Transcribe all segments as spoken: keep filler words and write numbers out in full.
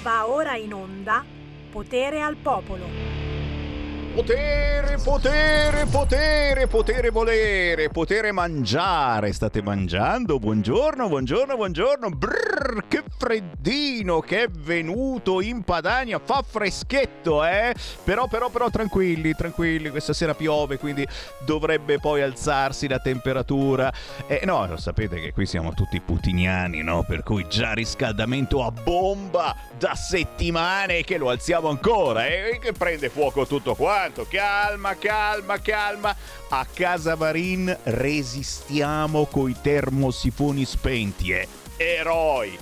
Va ora in onda Potere al Popolo. Potere, potere, potere, potere volere, potere mangiare. State mangiando? Buongiorno, buongiorno, buongiorno. Brrr, che freddino che è venuto in Padania. Fa freschetto, eh? Però, però, però, tranquilli, tranquilli. Questa sera piove, quindi dovrebbe poi alzarsi la temperatura. E eh, no, lo sapete che qui siamo tutti putiniani, no? Per cui già riscaldamento a bomba da settimane che lo alziamo ancora. E eh? che prende fuoco tutto qua. Calma, calma, calma. A Casa Varin resistiamo coi termosifoni spenti, eh. Eroi,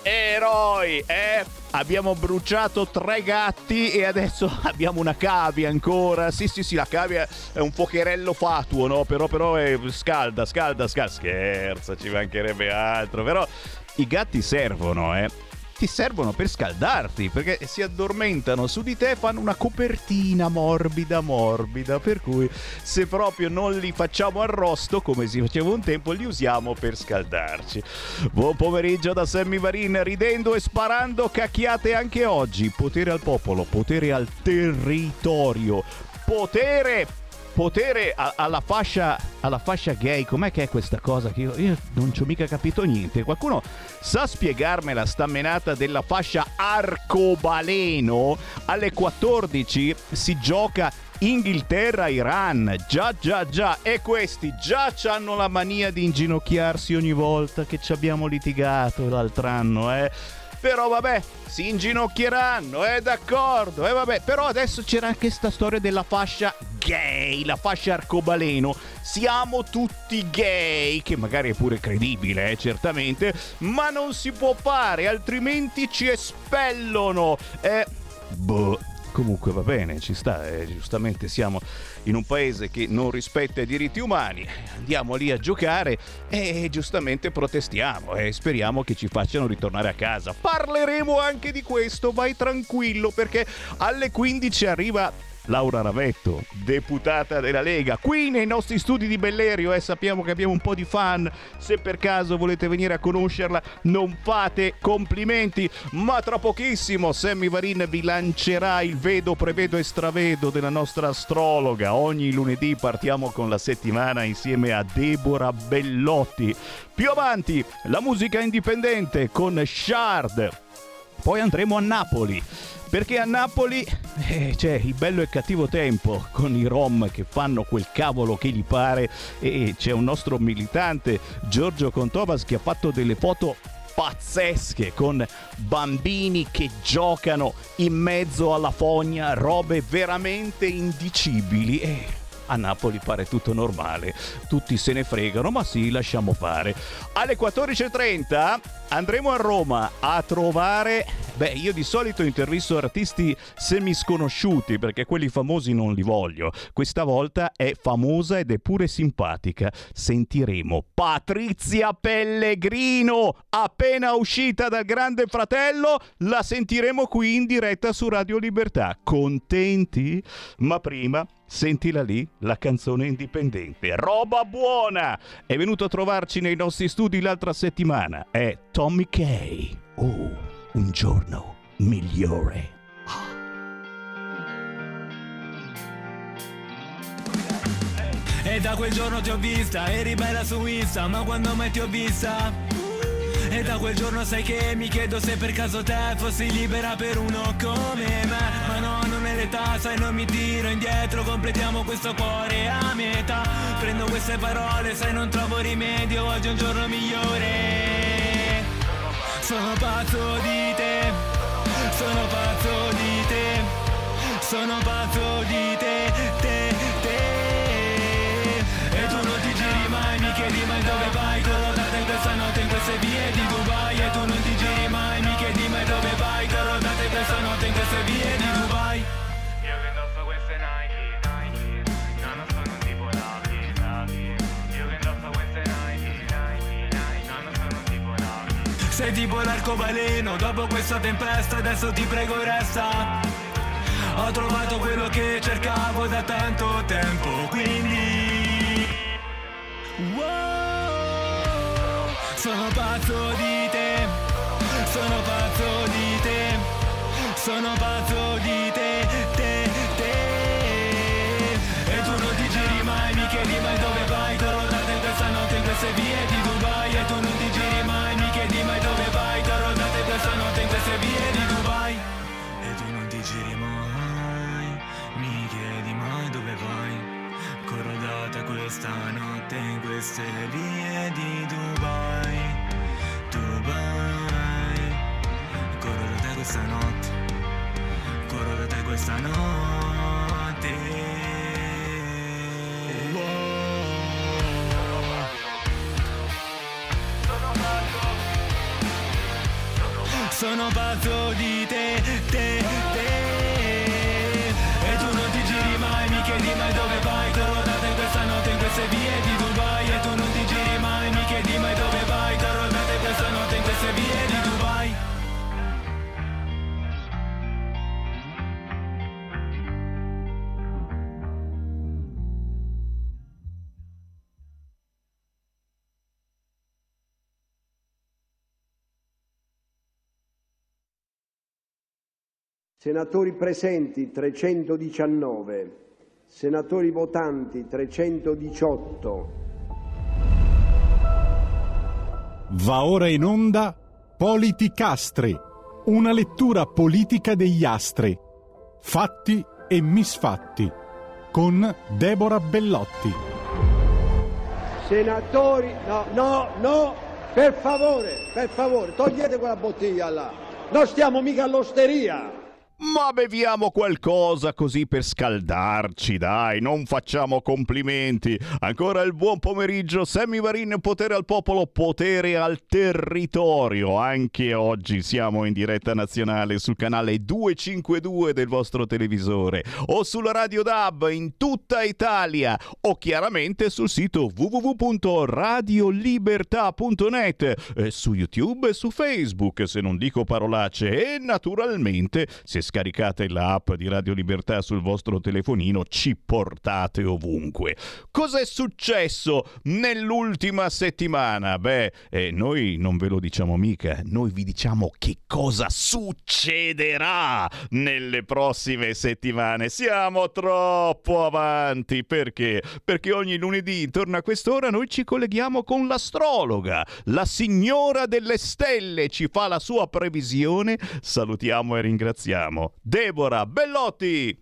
eroi, eh. Abbiamo bruciato tre gatti e adesso abbiamo una cavia ancora. Sì, sì, sì, la cavia è un fuocherello fatuo, no? Però, però è scalda, scalda, scalda. Scherza, ci mancherebbe altro. Però i gatti servono, eh. Ti servono per scaldarti, perché si addormentano su di te e fanno una copertina morbida morbida, per cui se proprio non li facciamo arrosto come si faceva un tempo, li usiamo per scaldarci. Buon pomeriggio da Sammy Varin, ridendo e sparando cacchiate anche oggi. Potere al popolo, potere al territorio, potere Potere a, alla fascia alla fascia gay. Com'è che è questa cosa? Che io, io non ci ho mica capito niente. Qualcuno sa spiegarmela sta menata della fascia arcobaleno? Alle quattordici si gioca Inghilterra-Iran. Già già già. E questi già c'hanno la mania di inginocchiarsi ogni volta che ci abbiamo litigato l'altro anno, eh. Però vabbè, si inginocchieranno, eh, d'accordo, eh, vabbè. Però adesso c'era anche sta storia della fascia gay, la fascia arcobaleno. Siamo tutti gay, che magari è pure credibile, eh, certamente, ma non si può fare, altrimenti ci espellono. Eh, boh. Comunque va bene, ci sta, eh, giustamente siamo in un paese che non rispetta i diritti umani, andiamo lì a giocare e giustamente protestiamo e speriamo che ci facciano ritornare a casa. Parleremo anche di questo, vai tranquillo, perché alle quindici arriva Laura Ravetto, deputata della Lega, qui nei nostri studi di Bellerio, e eh, sappiamo che abbiamo un po' di fan. Se per caso volete venire a conoscerla, non fate complimenti, ma tra pochissimo Sammy Varin vi lancerà il vedo, prevedo e stravedo della nostra astrologa. Ogni lunedì partiamo con la settimana insieme a Deborah Bellotti. Più avanti la musica indipendente con Shard. Poi andremo a Napoli, perché a Napoli eh, c'è il bello e cattivo tempo con i rom che fanno quel cavolo che gli pare, e c'è un nostro militante, Giorgio Contovas, che ha fatto delle foto pazzesche con bambini che giocano in mezzo alla fogna, robe veramente indicibili. E a Napoli pare tutto normale, tutti se ne fregano, ma sì, lasciamo fare. Alle quattordici e trenta andremo a Roma a trovare, beh, io di solito intervisto artisti semisconosciuti perché quelli famosi non li voglio. Questa volta è famosa ed è pure simpatica. Sentiremo Patrizia Pellegrino, appena uscita dal Grande Fratello, la sentiremo qui in diretta su Radio Libertà. Contenti? Ma prima sentila lì, la canzone indipendente. Roba buona! È venuto a trovarci nei nostri studi l'altra settimana. È Tommy Kay. Oh, un giorno migliore. E da quel giorno ti ho vista, eri bella su Insta, ma quando mai ti ho vista? E da quel giorno sai che mi chiedo se per caso te fossi libera per uno come me. Ma no, non è l'età, sai, non mi tiro indietro, completiamo questo cuore a metà. Prendo queste parole, sai, non trovo rimedio, oggi è un giorno migliore. Sono pazzo di te, sono pazzo di te, sono pazzo di te, te, te. E tu non ti giri mai, mi chiedi mai dove vai, corro da te questa notte in queste vie di Dubai. E tu non ti giri mai, mi chiedi mai dove vai, corro da te questa notte in queste vie di Dubai. Io che indosso queste Nike, Nike, no, non sono un tipo Nike, Nike. Io che indosso queste Nike, Nike, Nike, no, non sono un tipo Nike. Sei tipo l'arcobaleno, dopo questa tempesta adesso ti prego resta. Ho trovato quello che cercavo da tanto tempo, quindi wow, sono pazzo di te, sono pazzo di te, Sono pazzo di te, te, te. E tu non ti giri mai, mi chiedi mai dove vai. T'ho rodato in questa notte in queste vie di Dubai. E tu non ti giri mai, mi chiedi mai dove vai. T'ho rodato in questa notte in queste vie di Dubai. E tu non ti giri mai, mi chiedi mai dove vai. Corrodata questa notte in queste vie di Dubai. Dubai. Corro da te questa notte, corro da te questa notte. Wow. Sono pazzo di te, te, te. E tu non ti giri mai, mi chiedi mai dove vai. T'ho rodato in questa notte in queste vie di Dubai. E tu non ti giri mai, mi chiedi mai dove vai. T'ho rodato in questa notte in queste vie di Dubai. Senatori presenti trecentodiciannove, senatori votanti trecentodiciotto. Va ora in onda Politicastri, una lettura politica degli astri, fatti e misfatti, con Deborah Bellotti. Senatori, no, no, no, per favore, per favore, togliete quella bottiglia là, non stiamo mica all'osteria. Ma beviamo qualcosa così per scaldarci, dai, non facciamo complimenti. Ancora il buon pomeriggio, Sammy Varin, potere al popolo, potere al territorio. Anche oggi siamo in diretta nazionale sul canale duecentocinquantadue del vostro televisore o sulla Radio D A B in tutta Italia o chiaramente sul sito w w w punto radio libertà punto net, eh, su YouTube e su Facebook, se non dico parolacce, e naturalmente se scaricate l'app di Radio Libertà sul vostro telefonino ci portate ovunque. Cos'è successo nell'ultima settimana? Beh, eh, noi non ve lo diciamo mica, noi vi diciamo che cosa succederà nelle prossime settimane. Siamo troppo avanti, perché? Perché ogni lunedì intorno a quest'ora noi ci colleghiamo con l'astrologa, la signora delle stelle, ci fa la sua previsione. Salutiamo e ringraziamo Deborah Bellotti.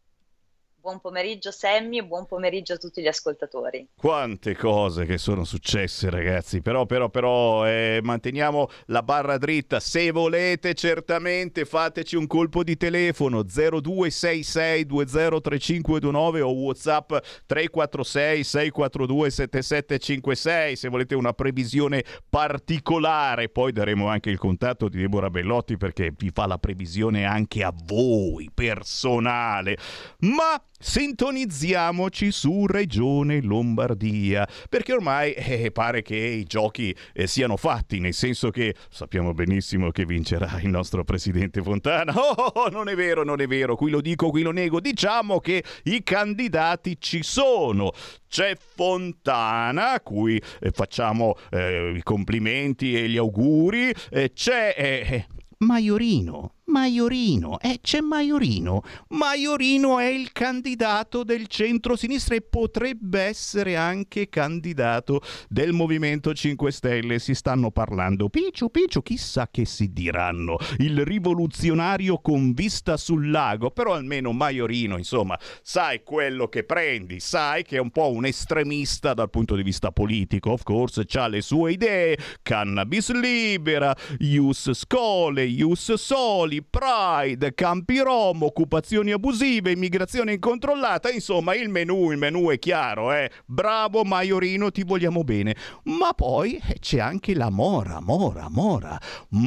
Buon pomeriggio Sammy e buon pomeriggio a tutti gli ascoltatori. Quante cose che sono successe, ragazzi, però però però eh, manteniamo la barra dritta. Se volete certamente fateci un colpo di telefono zero due sei sei due zero tre cinque due nove o WhatsApp tre quattro sei sei quattro due sette sette cinque sei se volete una previsione particolare. Poi daremo anche il contatto di Deborah Bellotti perché vi fa la previsione anche a voi personale. Ma sintonizziamoci su Regione Lombardia, perché ormai eh, pare che i giochi eh, siano fatti, nel senso che sappiamo benissimo che vincerà il nostro presidente Fontana. Oh, oh, oh, non è vero, non è vero, qui lo dico, qui lo nego. Diciamo che i candidati ci sono. C'è Fontana, a cui eh, facciamo eh, i complimenti e gli auguri, eh, c'è eh, Maiorino. Maiorino, eh, c'è Maiorino. Maiorino è il candidato del centro-sinistra e potrebbe essere anche candidato del Movimento cinque Stelle. Si stanno parlando picciu picciu, chissà che si diranno. Il rivoluzionario con vista sul lago, però almeno Maiorino, insomma, sai quello che prendi, sai che è un po' un estremista dal punto di vista politico, of course, c'ha le sue idee, cannabis libera, ius schole, ius soli, Pride, campi rom, occupazioni abusive, immigrazione incontrollata, insomma il menù, il menù è chiaro, eh. Bravo Maiorino, ti vogliamo bene. Ma poi c'è anche la Mora, Mora, Mora,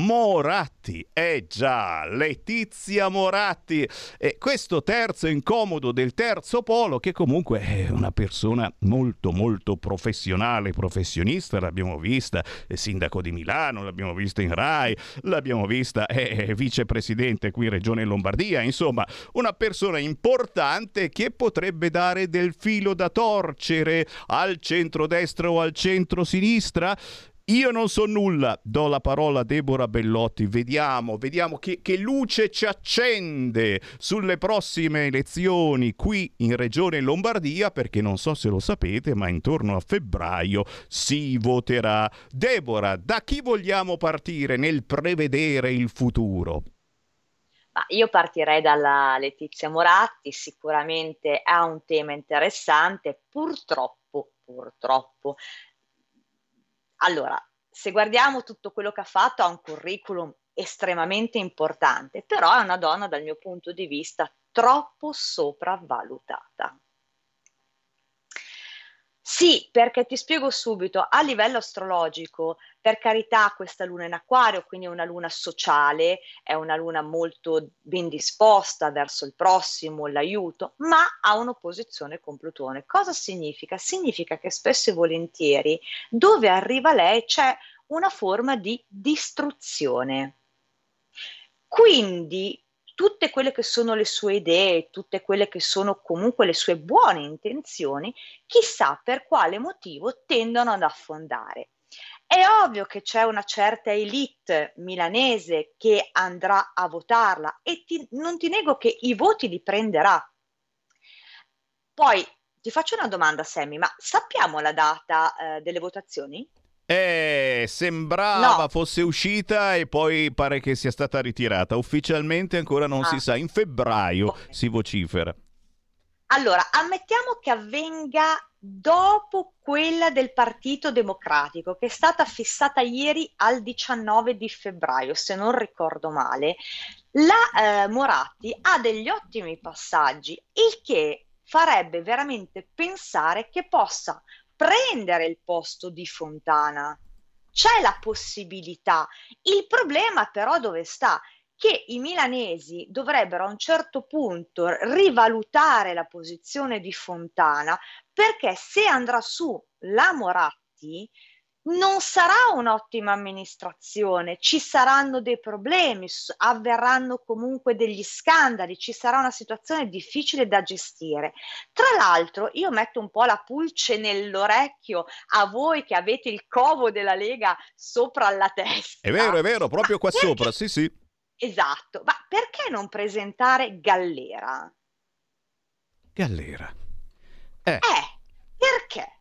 Moratti, eh già, Letizia Moratti, e questo terzo incomodo del terzo polo, che comunque è una persona molto molto professionale, professionista, l'abbiamo vista, eh, sindaco di Milano, l'abbiamo vista in Rai, l'abbiamo vista eh, vicepresidente qui in Regione Lombardia, insomma una persona importante che potrebbe dare del filo da torcere al centrodestra o al centrosinistra. Io non so nulla, do la parola a Deborah Bellotti, vediamo, vediamo che, che luce ci accende sulle prossime elezioni qui in Regione Lombardia, perché non so se lo sapete, ma intorno a febbraio si voterà. Deborah, da chi vogliamo partire nel prevedere il futuro? Ma io partirei dalla Letizia Moratti, sicuramente ha un tema interessante, purtroppo, purtroppo. Allora, se guardiamo tutto quello che ha fatto, ha un curriculum estremamente importante, però è una donna dal mio punto di vista troppo sopravvalutata. Sì, perché ti spiego subito, a livello astrologico, per carità, questa luna in Acquario, quindi è una luna sociale, è una luna molto ben disposta verso il prossimo, l'aiuto, ma ha un'opposizione con Plutone. Cosa significa? Significa che spesso e volentieri dove arriva lei c'è una forma di distruzione. Quindi tutte quelle che sono le sue idee, tutte quelle che sono comunque le sue buone intenzioni, chissà per quale motivo tendono ad affondare. È ovvio che c'è una certa elite milanese che andrà a votarla e ti, non ti nego che i voti li prenderà. Poi ti faccio una domanda, Sammy, ma sappiamo la data eh, delle votazioni? Eh, sembrava No. fosse uscita e poi pare che sia stata ritirata. Ufficialmente ancora non Ah. si sa. In febbraio Ok. si vocifera. Allora, ammettiamo che avvenga dopo quella del Partito Democratico, che è stata fissata ieri al diciannove di febbraio, se non ricordo male. La eh, Moratti ha degli ottimi passaggi, il che farebbe veramente pensare che possa prendere il posto di Fontana. C'è la possibilità. Il problema però dove sta? Che i milanesi dovrebbero a un certo punto rivalutare la posizione di Fontana, perché se andrà su la Moratti non sarà un'ottima amministrazione, ci saranno dei problemi, s- avverranno comunque degli scandali, ci sarà una situazione difficile da gestire. Tra l'altro, io metto un po' la pulce nell'orecchio a voi che avete il covo della Lega sopra la testa. È vero, è vero, proprio Ma qua perché- sopra, sì, sì. Esatto, ma perché non presentare Gallera? Gallera. Eh, Eh, perché?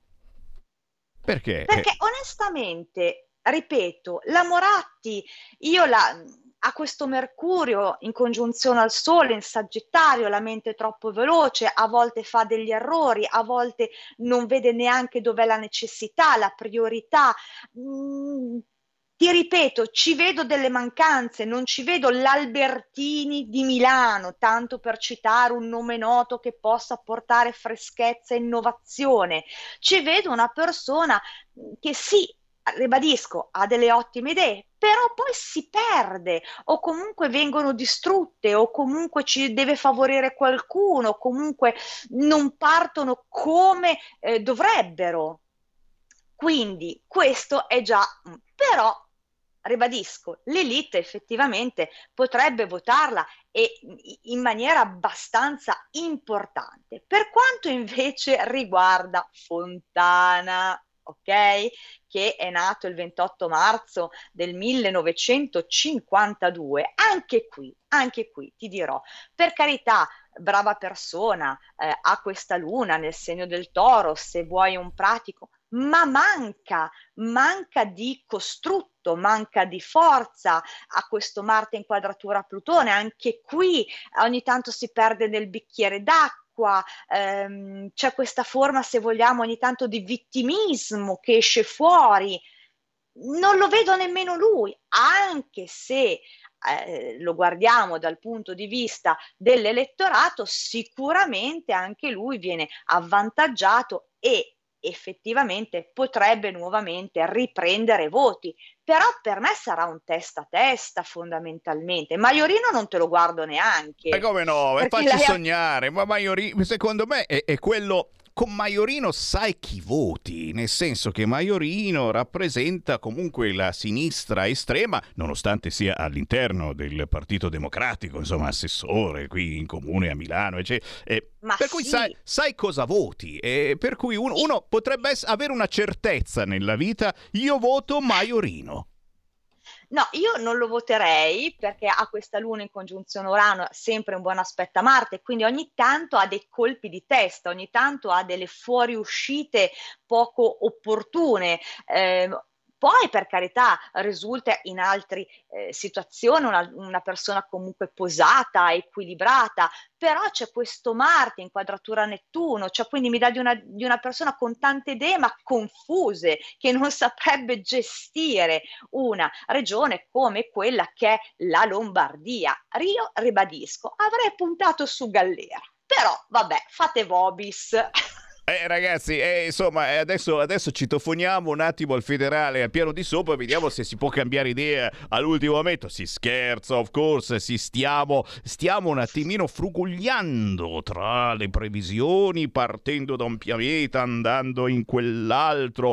perché? Perché onestamente, ripeto, la Moratti, io la, ha questo Mercurio in congiunzione al Sole, in Sagittario, la mente è troppo veloce, a volte fa degli errori, a volte non vede neanche dov'è la necessità, la priorità. Mm, ti ripeto, ci vedo delle mancanze, non ci vedo l'Albertini di Milano, tanto per citare un nome noto che possa portare freschezza e innovazione. Ci vedo una persona che sì, ribadisco, ha delle ottime idee, però poi si perde o comunque vengono distrutte o comunque ci deve favorire qualcuno, comunque non partono come eh, dovrebbero. Quindi questo è già, però ribadisco, l'elite effettivamente potrebbe votarla e in maniera abbastanza importante. Per quanto invece riguarda Fontana, ok? Che è nato il ventotto marzo del millenovecentocinquantadue, anche qui, anche qui ti dirò, per carità, brava persona, eh, ha questa luna nel segno del Toro, se vuoi un pratico, ma manca, manca di costrutto, manca di forza, ha questo Marte in quadratura a Plutone, anche qui ogni tanto si perde nel bicchiere d'acqua, ehm, c'è questa forma, se vogliamo, ogni tanto di vittimismo che esce fuori, non lo vedo nemmeno lui, anche se eh, lo guardiamo dal punto di vista dell'elettorato, sicuramente anche lui viene avvantaggiato e effettivamente potrebbe nuovamente riprendere voti, però per me sarà un testa a testa fondamentalmente. Maiorino non te lo guardo neanche. E come no? E Perché facci lei ha- sognare. Ma Maiorino, secondo me, è, è quello con Maiorino sai chi voti, nel senso che Maiorino rappresenta comunque la sinistra estrema, nonostante sia all'interno del Partito Democratico, insomma assessore qui in comune a Milano, eccetera. Eh, Ma per cui sì. sai, sai cosa voti, e per cui uno, uno potrebbe ess- avere una certezza nella vita: io voto Maiorino. No, io non lo voterei perché ha questa luna in congiunzione Urano, sempre un buon aspetto a Marte, quindi ogni tanto ha dei colpi di testa, ogni tanto ha delle fuoriuscite poco opportune. Eh, Poi, per carità, risulta in altre eh, situazioni una, una persona comunque posata, equilibrata, però c'è questo Marte in quadratura a Nettuno, cioè quindi mi dà di una, di una persona con tante idee ma confuse, che non saprebbe gestire una regione come quella che è la Lombardia. Io ribadisco, avrei puntato su Gallera, però vabbè, fate vobis. Eh ragazzi, eh, insomma, eh, adesso, adesso citofoniamo un attimo al federale al piano di sopra, vediamo se si può cambiare idea all'ultimo momento. Si scherza, of course, si stiamo, stiamo un attimino frugugliando tra le previsioni, partendo da un pianeta, andando in quell'altro.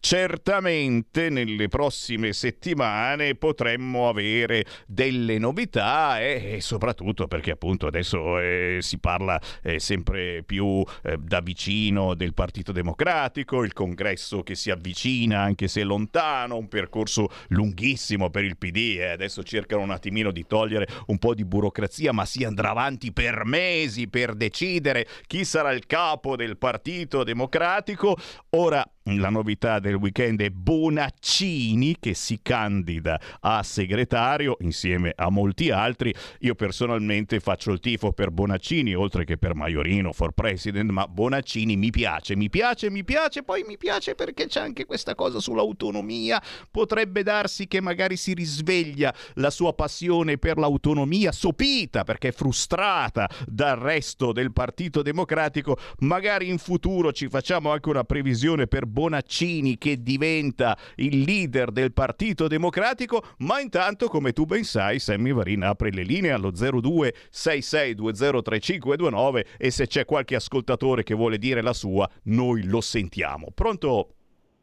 Certamente nelle prossime settimane potremmo avere delle novità e, e soprattutto perché appunto adesso eh, si parla eh, sempre più eh, da vicino del Partito Democratico, il congresso che si avvicina anche se lontano, un percorso lunghissimo per il P D, eh. Adesso cercano un attimino di togliere un po' di burocrazia, ma si andrà avanti per mesi per decidere chi sarà il capo del Partito Democratico. Ora la novità del weekend è Bonaccini che si candida a segretario insieme a molti altri. Io personalmente faccio il tifo per Bonaccini oltre che per Maiorino for president, ma Bonaccini mi piace, mi piace, mi piace, poi mi piace perché c'è anche questa cosa sull'autonomia. Potrebbe darsi che magari si risveglia la sua passione per l'autonomia, sopita perché è frustrata dal resto del Partito Democratico. Magari in futuro ci facciamo anche una previsione per Bonaccini che diventa il leader del Partito Democratico, ma intanto, come tu ben sai, Sammy Varin apre le linee allo zero due sei sei due zero tre cinque due nove e se c'è qualche ascoltatore che vuole dire la sua, noi lo sentiamo. Pronto?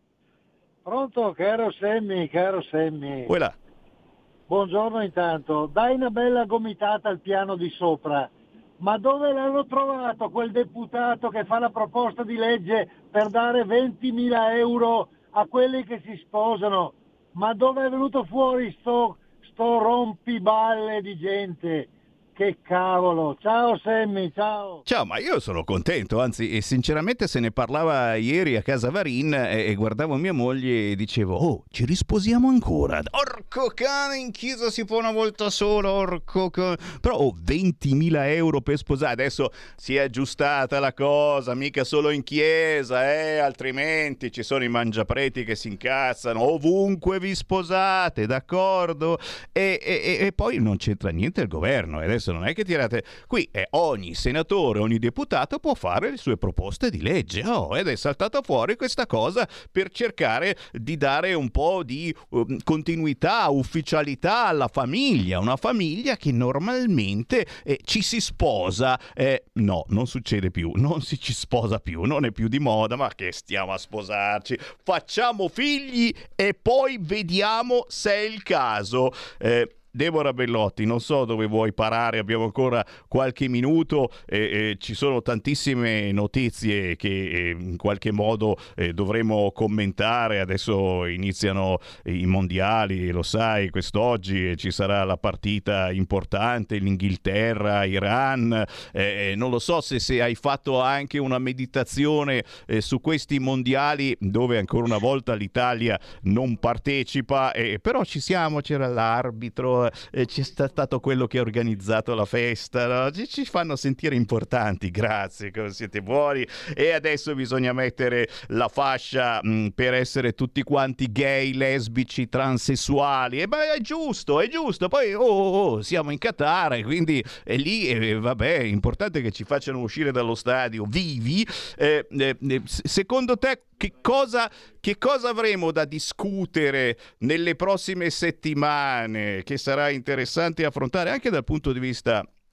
Pronto, caro Sammy, caro Sammy. Voilà. Buongiorno intanto. Dai una bella gomitata al piano di sopra. Ma dove l'hanno trovato quel deputato che fa la proposta di legge per dare ventimila euro a quelli che si sposano? Ma dove è venuto fuori sto, sto rompiballe di gente? Che cavolo! Ciao Sammy, ciao! Ciao, ma io sono contento, anzi, e sinceramente se ne parlava ieri a casa Varin e, e guardavo mia moglie e dicevo, oh, ci risposiamo ancora? Orco cane, in chiesa si può una volta sola, orco cane. Però oh, ventimila euro per sposare, adesso si è aggiustata la cosa, mica solo in chiesa, eh, altrimenti ci sono i mangiapreti che si incazzano, ovunque vi sposate, d'accordo? E, e, e poi non c'entra niente il governo, e adesso non è che tirate qui, è ogni senatore, ogni deputato può fare le sue proposte di legge. Oh, ed è saltata fuori questa cosa per cercare di dare un po' di um, continuità, ufficialità alla famiglia, una famiglia che normalmente eh, ci si sposa, eh, no, non succede più, non si ci sposa più, non è più di moda, ma che stiamo a sposarci, facciamo figli e poi vediamo se è il caso. eh, Deborah Bellotti, non so dove vuoi parare, abbiamo ancora qualche minuto, eh, eh, ci sono tantissime notizie che eh, in qualche modo eh, dovremo commentare. Adesso iniziano i mondiali, lo sai, quest'oggi ci sarà la partita importante, l'Inghilterra, Iran, eh, non lo so se, se hai fatto anche una meditazione eh, su questi mondiali dove ancora una volta l'Italia non partecipa, eh, però ci siamo, c'era l'arbitro, eh, c'è stato quello che ha organizzato la festa, no? ci, ci fanno sentire importanti, grazie, siete buoni. E adesso bisogna mettere la fascia mh, per essere tutti quanti gay, lesbici, transessuali, e beh, è giusto, è giusto. Poi oh, oh, siamo in Qatar, quindi è lì, eh, vabbè, è importante che ci facciano uscire dallo stadio vivi. eh, eh, secondo te Che cosa, che cosa avremo da discutere nelle prossime settimane che sarà interessante affrontare anche dal punto di vista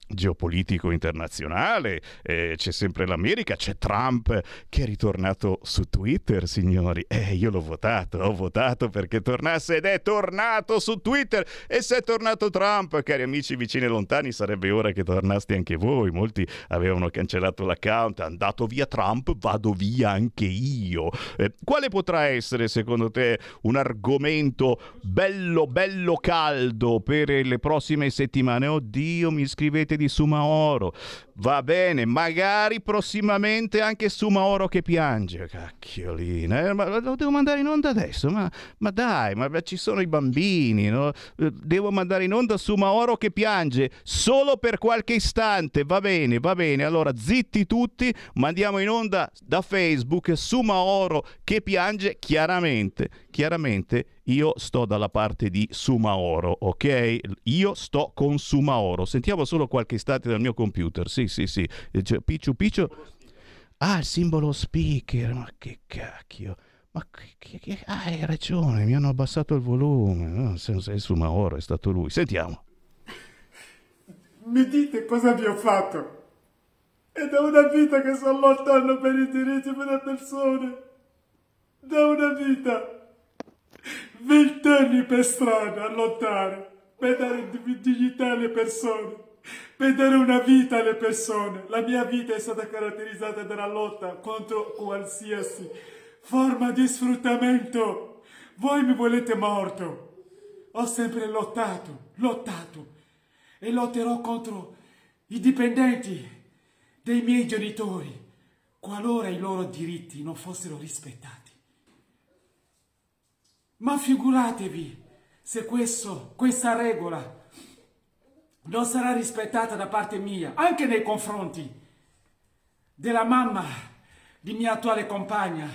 geopolitico internazionale, eh, c'è sempre l'America, c'è Trump che è ritornato su Twitter, signori. Eh, io l'ho votato, ho votato perché tornasse ed è tornato su Twitter. E se è tornato Trump, cari amici vicini e lontani, sarebbe ora che tornaste anche voi. Molti avevano cancellato l'account, è andato via Trump, vado via anche io. Eh, quale potrà essere secondo te un argomento bello bello caldo per le prossime settimane? Oddio, mi scrivete di Sumaoro. Va bene, magari prossimamente anche Sumaoro che piange. Cacchiolina, eh, ma lo devo mandare in onda adesso? Ma, ma dai, ma ci sono i bambini, no? Devo mandare in onda Sumaoro che piange solo per qualche istante. Va bene, va bene. Allora zitti tutti, mandiamo in onda da Facebook Sumaoro che piange. Chiaramente, chiaramente io sto dalla parte di Sumaoro, ok? Io sto con Sumaoro. Sentiamo solo qualche istante dal mio computer. Sì, sì, sì. Cioè, picciu picciu. Ah, il simbolo speaker. Ma che cacchio. Ma che, che... Ah, hai ragione, mi hanno abbassato il volume. No, se sei Sumaoro, è stato lui. Sentiamo. Mi dite cosa vi ho fatto? È da una vita che sto lottando per i diritti delle persone. Da una vita. Vent'anni per strada a lottare, per dare dignità alle persone, per dare una vita alle persone. La mia vita è stata caratterizzata dalla lotta contro qualsiasi forma di sfruttamento. Voi mi volete morto. Ho sempre lottato, lottato e lotterò contro i dipendenti dei miei genitori, qualora i loro diritti non fossero rispettati. Ma figuratevi se questo, questa regola non sarà rispettata da parte mia, anche nei confronti della mamma di mia attuale compagna.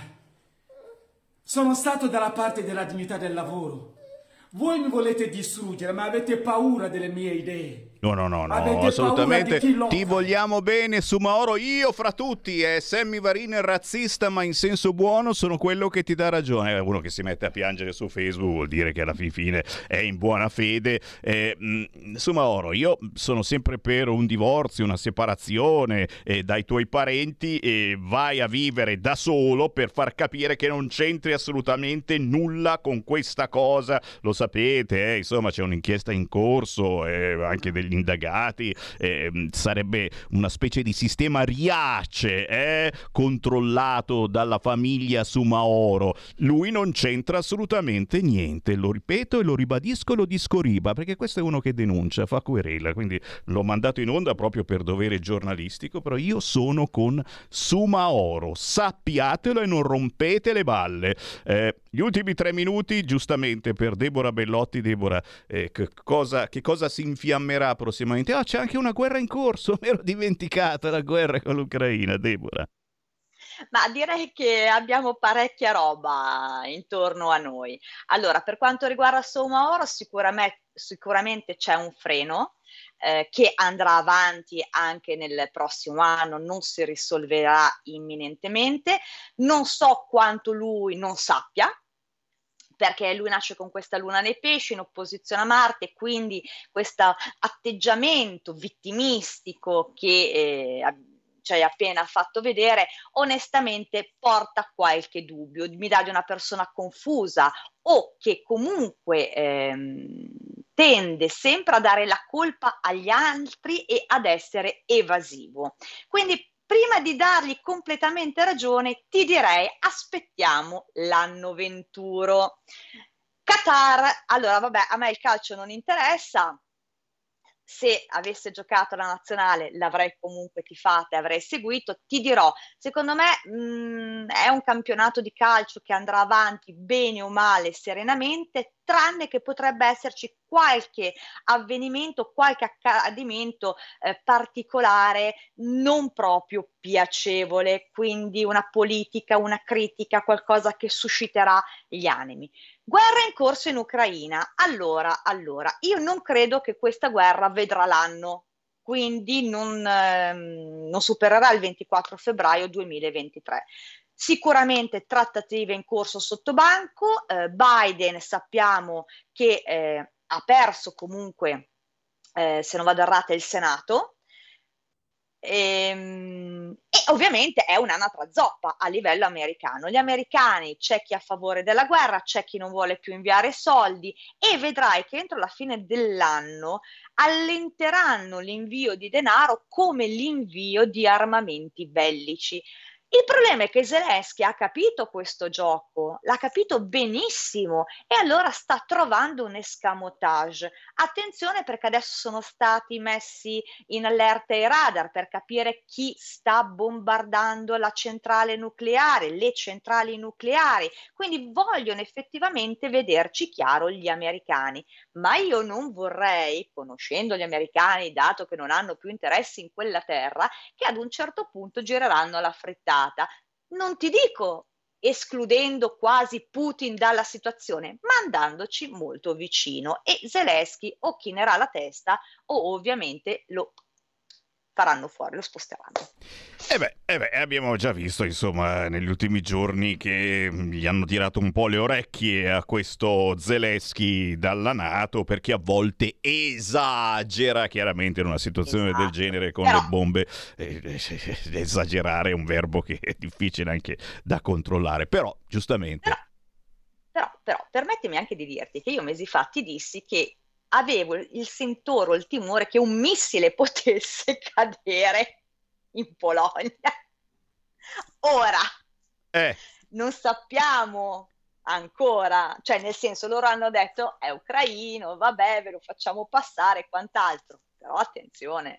Sono stato dalla parte della dignità del lavoro. Voi mi volete distruggere, ma avete paura delle mie idee. No, no, no, no, Avete assolutamente. paura di chi lotta. Ti vogliamo bene, Sumaoro, io fra tutti. Eh, Sammy Varin è razzista, ma in senso buono, sono quello che ti dà ragione. Uno che si mette a piangere su Facebook vuol dire che alla fin fine è in buona fede. Eh, mh, Sumaoro, io sono sempre per un divorzio, una separazione eh, dai tuoi parenti e vai a vivere da solo per far capire che non c'entri assolutamente nulla con questa cosa. Lo sapete, eh, insomma c'è un'inchiesta in corso, eh, anche degli indagati, eh, sarebbe una specie di sistema Riace eh, controllato dalla famiglia Sumaoro. Lui non c'entra assolutamente niente, lo ripeto e lo ribadisco e lo discoriba, perché questo è uno che denuncia, fa querela, quindi l'ho mandato in onda proprio per dovere giornalistico, però io sono con Sumaoro, sappiatelo e non rompete le balle. Eh, gli ultimi tre minuti giustamente per Deborah Bellotti. Deborah, eh, che, cosa, che cosa si infiammerà prossimamente? Ah, c'è anche una guerra in corso, mi ero dimenticata la guerra con l'Ucraina, Deborah. Ma direi che abbiamo parecchia roba intorno a noi. Allora, per quanto riguarda Sumaoro, sicuramente, sicuramente c'è un freno eh, che andrà avanti anche nel prossimo anno, non si risolverà imminentemente. Non so quanto lui non sappia, perché lui nasce con questa luna nei pesci in opposizione a Marte, quindi questo atteggiamento vittimistico che eh, ci hai appena fatto vedere, onestamente porta qualche dubbio, mi dà di una persona confusa o che comunque ehm, tende sempre a dare la colpa agli altri e ad essere evasivo. Quindi prima di dargli completamente ragione, ti direi aspettiamo l'anno venturo. Qatar, allora vabbè, a me il calcio non interessa. Se avesse giocato la nazionale l'avrei comunque tifata e avrei seguito. Ti dirò, secondo me mh, è un campionato di calcio che andrà avanti bene o male serenamente, tranne che potrebbe esserci qualche avvenimento, qualche accadimento eh, particolare non proprio piacevole, quindi una politica, una critica, qualcosa che susciterà gli animi. Guerra in corso in Ucraina. Allora, allora, io non credo che questa guerra vedrà l'anno, quindi non, ehm, non supererà il ventiquattro febbraio duemilaventitré. Sicuramente trattative in corso sotto banco. eh, Biden sappiamo che eh, ha perso comunque, eh, se non vado errata, il Senato, Ehm, E, ovviamente è un'anatra zoppa a livello americano. Gli americani, c'è chi è a favore della guerra, c'è chi non vuole più inviare soldi, e vedrai che entro la fine dell'anno allenteranno l'invio di denaro come l'invio di armamenti bellici. Il problema è che Zelensky ha capito questo gioco, l'ha capito benissimo, e allora sta trovando un escamotage. Attenzione, perché adesso sono stati messi in allerta i radar per capire chi sta bombardando la centrale nucleare, le centrali nucleari, quindi vogliono effettivamente vederci chiaro gli americani. Ma io non vorrei, conoscendo gli americani, dato che non hanno più interessi in quella terra, che ad un certo punto gireranno la frittata. Non ti dico escludendo quasi Putin dalla situazione, ma andandoci molto vicino, e Zelensky o chinerà la testa o ovviamente lo faranno fuori, lo sposteranno. E beh, eh beh, abbiamo già visto, insomma, negli ultimi giorni che gli hanno tirato un po' le orecchie a questo Zelensky dalla NATO, perché a volte esagera, chiaramente in una situazione Esatto. del genere con Però- le bombe. Eh, eh, esagerare è un verbo che è difficile anche da controllare, però giustamente... Però, però, però, permettimi anche di dirti che io mesi fa ti dissi che avevo il sentore, il timore che un missile potesse cadere in Polonia. Ora, Eh, non sappiamo ancora, cioè nel senso, loro hanno detto è ucraino, vabbè, ve lo facciamo passare e quant'altro, però attenzione.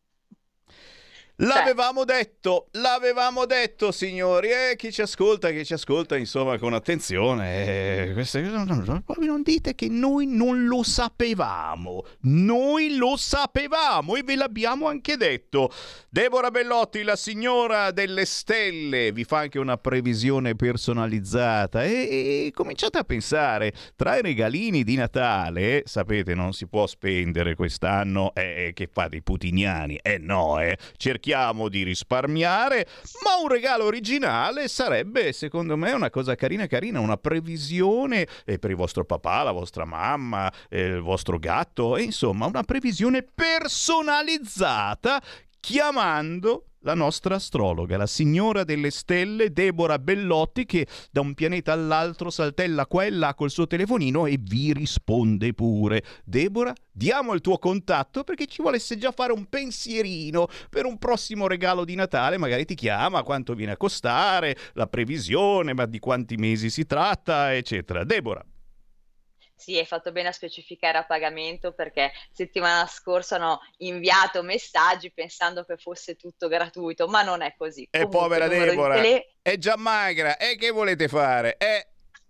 L'avevamo detto, l'avevamo detto, signori, e chi ci ascolta, chi ci ascolta, insomma, con attenzione. Eh, queste, non, non, non dite che noi non lo sapevamo, noi lo sapevamo e ve l'abbiamo anche detto. Deborah Bellotti, la signora delle stelle, vi fa anche una previsione personalizzata e, e cominciate a pensare, tra i regalini di Natale, sapete, non si può spendere quest'anno, eh, che fate i putiniani? Eh no, eh, cerchiamo di risparmiare, ma un regalo originale sarebbe, secondo me, una cosa carina carina, una previsione eh, per il vostro papà, la vostra mamma, eh, il vostro gatto, e insomma una previsione personalizzata chiamando la nostra astrologa, la signora delle stelle Deborah Bellotti, che da un pianeta all'altro saltella qua e là col suo telefonino e vi risponde pure. Deborah, diamo il tuo contatto perché ci volesse già fare un pensierino per un prossimo regalo di Natale, magari ti chiama, quanto viene a costare, la previsione, ma di quanti mesi si tratta, eccetera. Deborah. Sì, hai fatto bene a specificare a pagamento, perché settimana scorsa hanno inviato messaggi pensando che fosse tutto gratuito, ma non è così. E Comunque, povera il numero di Deborah, tele- è già magra, e che volete fare? Eh...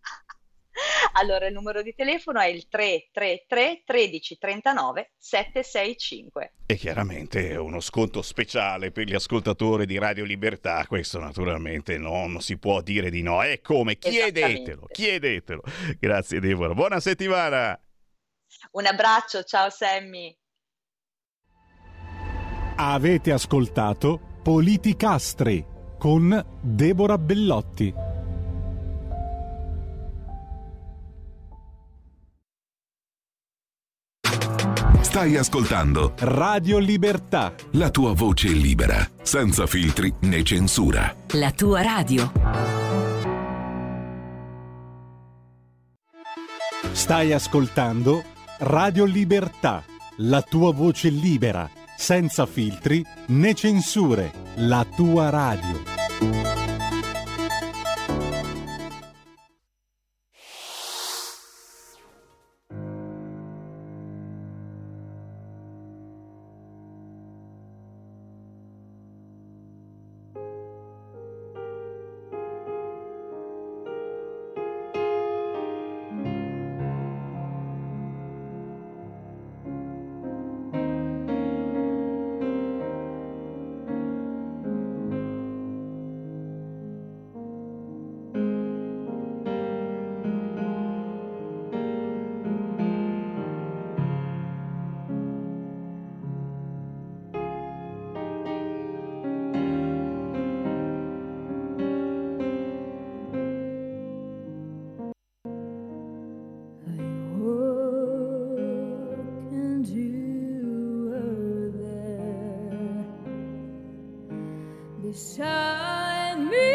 Allora, il numero di telefono è il tre tre tre tredici trentanove settecentosessantacinque. E chiaramente uno sconto speciale per gli ascoltatori di Radio Libertà, questo naturalmente no, non si può dire di no. E come? Chiedetelo, chiedetelo. Grazie Deborah, buona settimana! Un abbraccio, ciao Sammy. Avete ascoltato Politicastri con Deborah Bellotti. Stai ascoltando Radio Libertà, la tua voce libera, senza filtri né censura. La tua radio. stai ascoltando Radio Libertà, la tua voce libera, senza filtri né censure. La tua radio. beside me.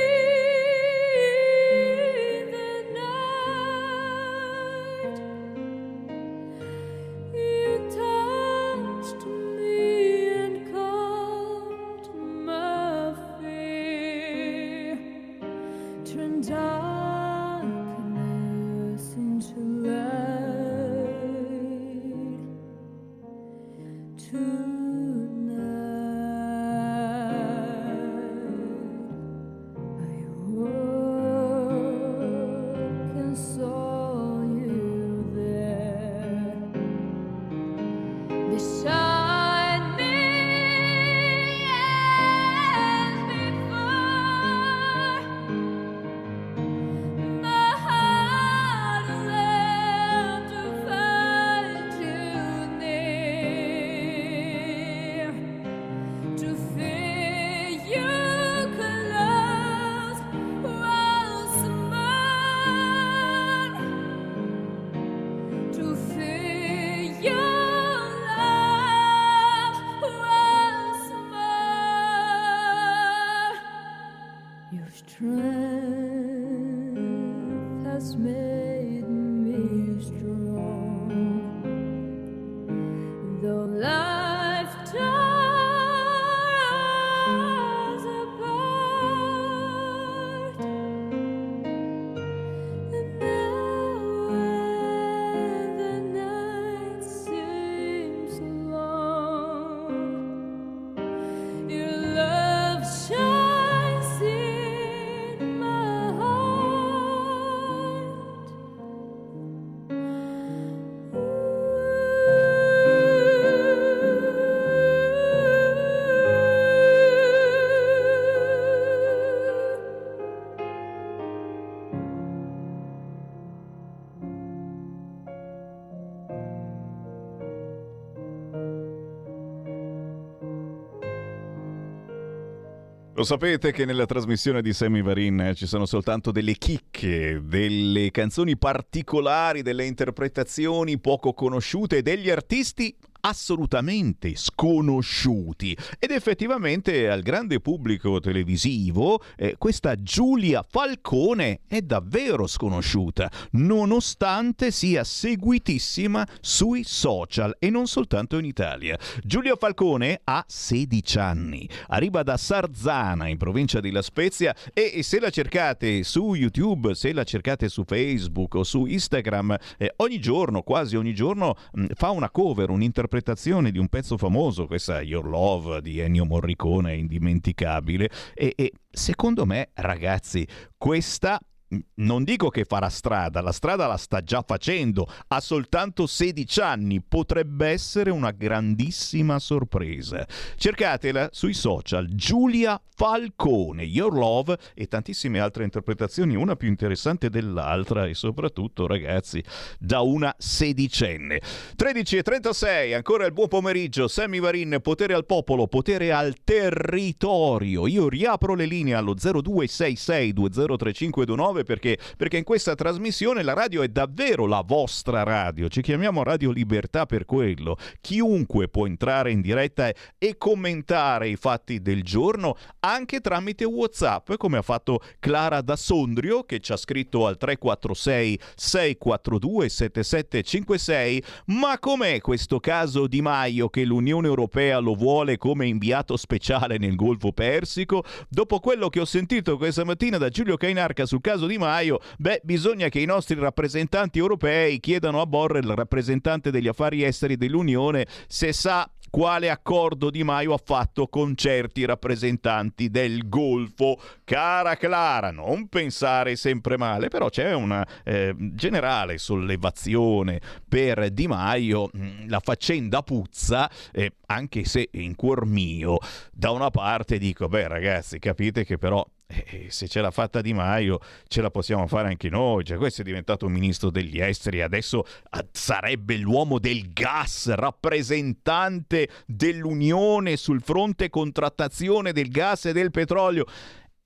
Lo sapete che nella trasmissione di Sammy Varin eh, ci sono soltanto delle chicche, delle canzoni particolari, delle interpretazioni poco conosciute, degli artisti assolutamente sconosciuti, ed effettivamente al grande pubblico televisivo eh, questa Giulia Falcone è davvero sconosciuta, nonostante sia seguitissima sui social e non soltanto in Italia. Giulia Falcone ha sedici anni, arriva da Sarzana in provincia di La Spezia e se la cercate su YouTube, se la cercate su Facebook o su Instagram, eh, ogni giorno, quasi ogni giorno mh, fa una cover, un'interpretazione di un pezzo famoso, questa Your Love di Ennio Morricone, indimenticabile, e, e secondo me, ragazzi, questa non dico che farà strada, la strada la sta già facendo, ha soltanto sedici anni, potrebbe essere una grandissima sorpresa. Cercatela sui social, Giulia Falcone, Your Love, e tantissime altre interpretazioni, una più interessante dell'altra e soprattutto, ragazzi, da una sedicenne. tredici e trentasei, ancora il buon pomeriggio, Sammy Varin, potere al popolo, potere al territorio. Io riapro le linee allo zero due sei sei due zero tre cinque due nove perché, perché in questa trasmissione la radio è davvero la vostra radio, ci chiamiamo Radio Libertà per quello. Chiunque può entrare in diretta e commentare i fatti del giorno anche tramite WhatsApp, come ha fatto Clara da Sondrio, che ci ha scritto al tre quattro sei sei quattro due sette sette cinque sei. Ma com'è questo caso Di Maio che l'Unione Europea lo vuole come inviato speciale nel Golfo Persico? Dopo quello che ho sentito questa mattina da Giulio Cainarca sul caso Di Maio, beh, bisogna che i nostri rappresentanti europei chiedano a Borrell, il rappresentante degli affari esteri dell'Unione, se sa quale accordo Di Maio ha fatto con certi rappresentanti del Golfo. Cara Clara, non pensare sempre male, però c'è una eh, generale sollevazione per Di Maio. La faccenda puzza, eh, anche se in cuor mio da una parte dico, beh ragazzi, capite che però Eh, se ce l'ha fatta Di Maio ce la possiamo fare anche noi, cioè questo è diventato un ministro degli esteri, adesso ah, sarebbe l'uomo del gas, rappresentante dell'Unione sul fronte contrattazione del gas e del petrolio.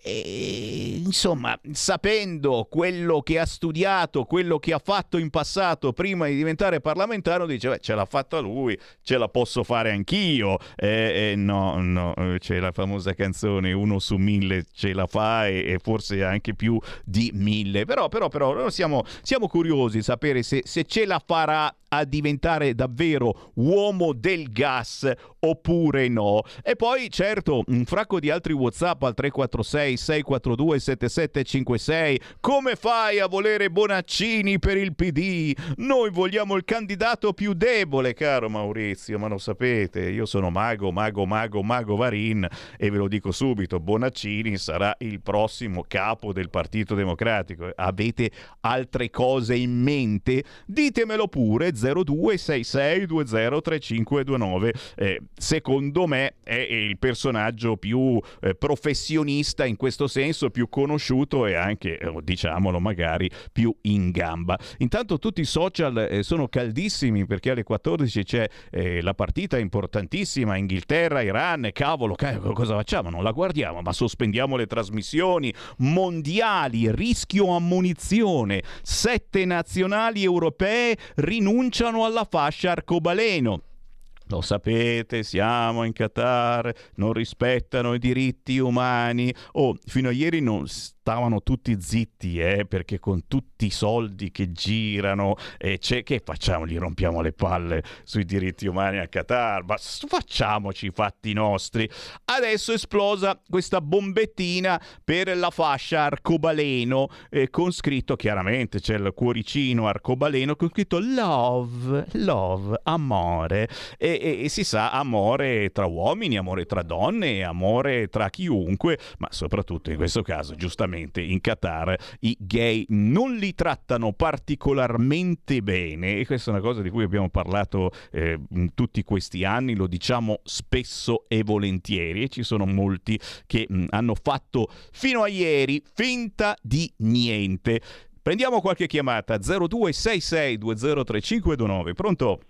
e, insomma, sapendo quello che ha studiato, quello che ha fatto in passato prima di diventare parlamentare, dice, beh, ce l'ha fatta lui, ce la posso fare anch'io. Eh, eh, no, no, c'è la famosa canzone uno su mille ce la fa, e, e forse anche più di mille. Però, però, però siamo, siamo curiosi di sapere se, se ce la farà a diventare davvero uomo del gas oppure no. E poi certo un fracco di altri WhatsApp al tre quattro sei sei quattro due sette sette cinque sei. Come fai a volere Bonaccini per il P D? Noi vogliamo il candidato più debole, caro Maurizio, ma lo sapete, io sono mago, mago, mago, mago Varin, e ve lo dico subito, Bonaccini sarà il prossimo capo del Partito Democratico. Avete altre cose in mente? Ditemelo pure. zero due sei sei due zero tre cinque due nove. Eh, secondo me è il personaggio più eh, professionista in questo senso, più conosciuto e anche, eh, diciamolo magari, più in gamba. Intanto tutti i social eh, sono caldissimi, perché alle quattordici c'è eh, la partita importantissima Inghilterra, Iran. Cavolo, cavolo, cosa facciamo? Non la guardiamo, ma sospendiamo le trasmissioni mondiali, rischio ammonizione, sette nazionali europee rinunciano alla fascia arcobaleno. Lo sapete, siamo in Qatar, non rispettano i diritti umani. Oh, fino a ieri non stavano tutti zitti, eh, perché con tutti i soldi che girano, eh, c'è, che facciamo? Gli rompiamo le palle sui diritti umani a Qatar? Ma facciamoci i fatti nostri. Adesso è esplosa questa bombettina per la fascia arcobaleno, eh, con scritto, chiaramente c'è il cuoricino arcobaleno con scritto love, love, amore. E, e, e si sa, amore tra uomini, amore tra donne, amore tra chiunque, ma soprattutto in questo caso, giustamente, in Qatar i gay non li trattano particolarmente bene, e questa è una cosa di cui abbiamo parlato eh, in tutti questi anni, lo diciamo spesso e volentieri, e ci sono molti che mh, hanno fatto fino a ieri finta di niente. Prendiamo qualche chiamata. Zero due sei sei due zero tre cinque due nove. Pronto?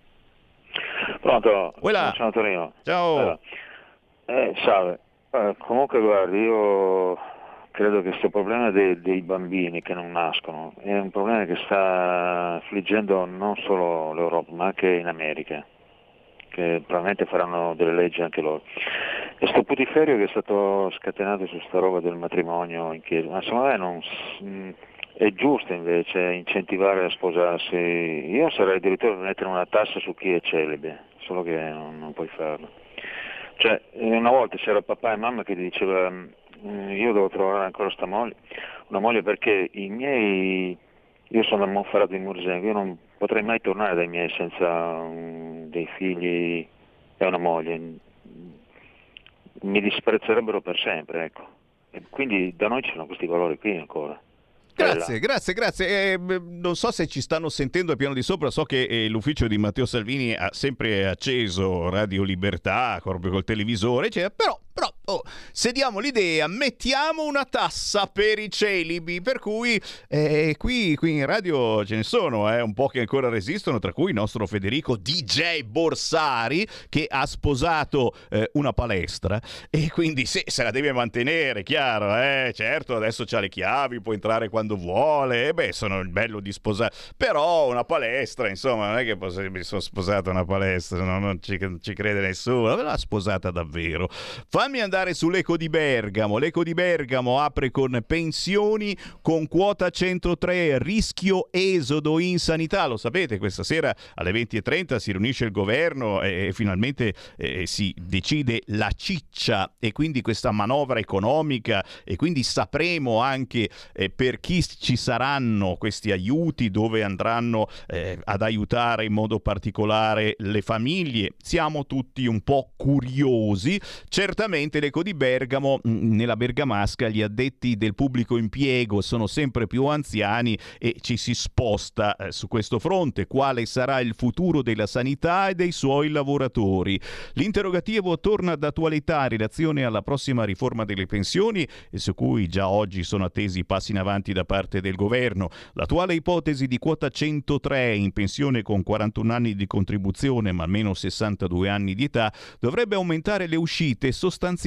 Pronto? Voilà. Sono Torino. Ciao. Allora, eh, salve. Eh, comunque guardi, io credo che questo problema dei, dei bambini che non nascono è un problema che sta affliggendo non solo l'Europa, ma anche in America, che probabilmente faranno delle leggi anche loro. E sto putiferio che è stato scatenato su sta roba del matrimonio in chiesa, ma secondo me non, è giusto invece incentivare a sposarsi. Io sarei addirittura per mettere una tassa su chi è celibe, solo che non, non puoi farlo. Cioè, una volta c'era papà e mamma che diceva: io devo trovare ancora sta moglie, una moglie, perché i miei, io sono dal Monferrato di Murgengo, io non potrei mai tornare dai miei senza um, dei figli e una moglie, mi disprezzerebbero per sempre, ecco. E quindi da noi ci sono questi valori qui ancora. Grazie, grazie, grazie. Eh, non so se ci stanno sentendo al piano di sopra, so che eh, l'ufficio di Matteo Salvini ha sempre acceso Radio Libertà, proprio col televisore, cioè, però, però oh, se diamo l'idea, mettiamo una tassa per i celibi, per cui eh, qui, qui in radio ce ne sono eh, un po' che ancora resistono, tra cui il nostro Federico D J Borsari, che ha sposato eh, una palestra, e quindi se, se la deve mantenere, chiaro, eh, certo, adesso c'ha le chiavi, può entrare quando vuole, e beh, sono il bello di sposare, però una palestra, insomma, non è che posso, mi sono sposato una palestra, no, non ci, ci crede nessuno, l'ha sposata davvero. Fammi andare sull'Eco di Bergamo. L'Eco di Bergamo apre con pensioni con quota centotré, rischio esodo in sanità. Lo sapete, questa sera alle venti e trenta si riunisce il governo e, e finalmente eh, si decide la ciccia, e quindi questa manovra economica, e quindi sapremo anche eh, per chi ci saranno questi aiuti, dove andranno eh, ad aiutare in modo particolare le famiglie. Siamo tutti un po' curiosi. Certamente l'Eco di Bergamo, nella bergamasca, gli addetti del pubblico impiego sono sempre più anziani e ci si sposta eh, su questo fronte. Quale sarà il futuro della sanità e dei suoi lavoratori? L'interrogativo torna d'attualità in relazione alla prossima riforma delle pensioni, e su cui già oggi sono attesi passi in avanti da parte del governo. L'attuale ipotesi di quota centotré in pensione con quarantuno anni di contribuzione ma almeno sessantadue anni di età dovrebbe aumentare le uscite sostanziali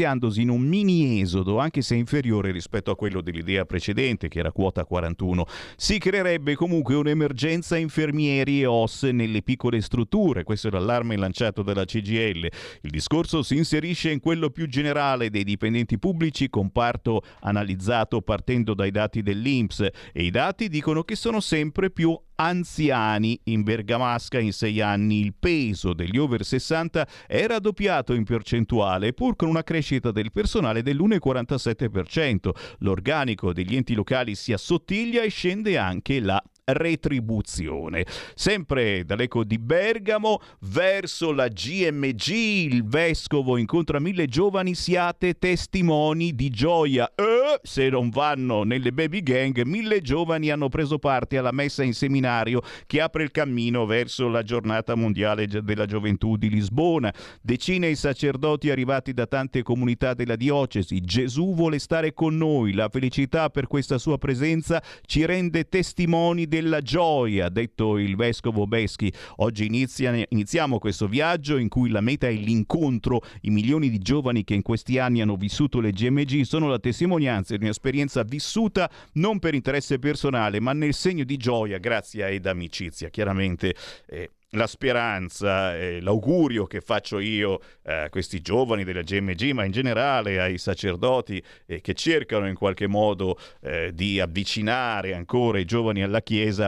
iniziandosi in un mini esodo, anche se inferiore rispetto a quello dell'idea precedente, che era quota quarantuno. Si creerebbe comunque un'emergenza infermieri e O S nelle piccole strutture. Questo è l'allarme lanciato dalla C G I L. Il discorso si inserisce in quello più generale dei dipendenti pubblici, comparto analizzato partendo dai dati dell'I N P S, e i dati dicono che sono sempre più anziani. In bergamasca in sei anni il peso degli over sessanta è raddoppiato in percentuale, pur con una crescita del personale dell'uno virgola quarantasette per cento. L'organico degli enti locali si assottiglia e scende anche la retribuzione. Sempre dall'Eco di Bergamo, verso la G M G il vescovo incontra mille giovani, siate testimoni di gioia. Eh, se non vanno nelle baby gang, mille giovani hanno preso parte alla messa in seminario che apre il cammino verso la giornata mondiale della gioventù di Lisbona. Decine i sacerdoti arrivati da tante comunità della diocesi. Gesù vuole stare con noi, la felicità per questa sua presenza ci rende testimoni della gioia, ha detto il vescovo Beschi. Oggi inizia, iniziamo questo viaggio in cui la meta è l'incontro. I milioni di giovani che in questi anni hanno vissuto le G M G sono la testimonianza di un'esperienza vissuta non per interesse personale, ma nel segno di gioia, grazia ed amicizia. Chiaramente eh, la speranza, eh, l'augurio che faccio io a eh, questi giovani della G M G, ma in generale ai sacerdoti eh, che cercano in qualche modo eh, di avvicinare ancora i giovani alla Chiesa,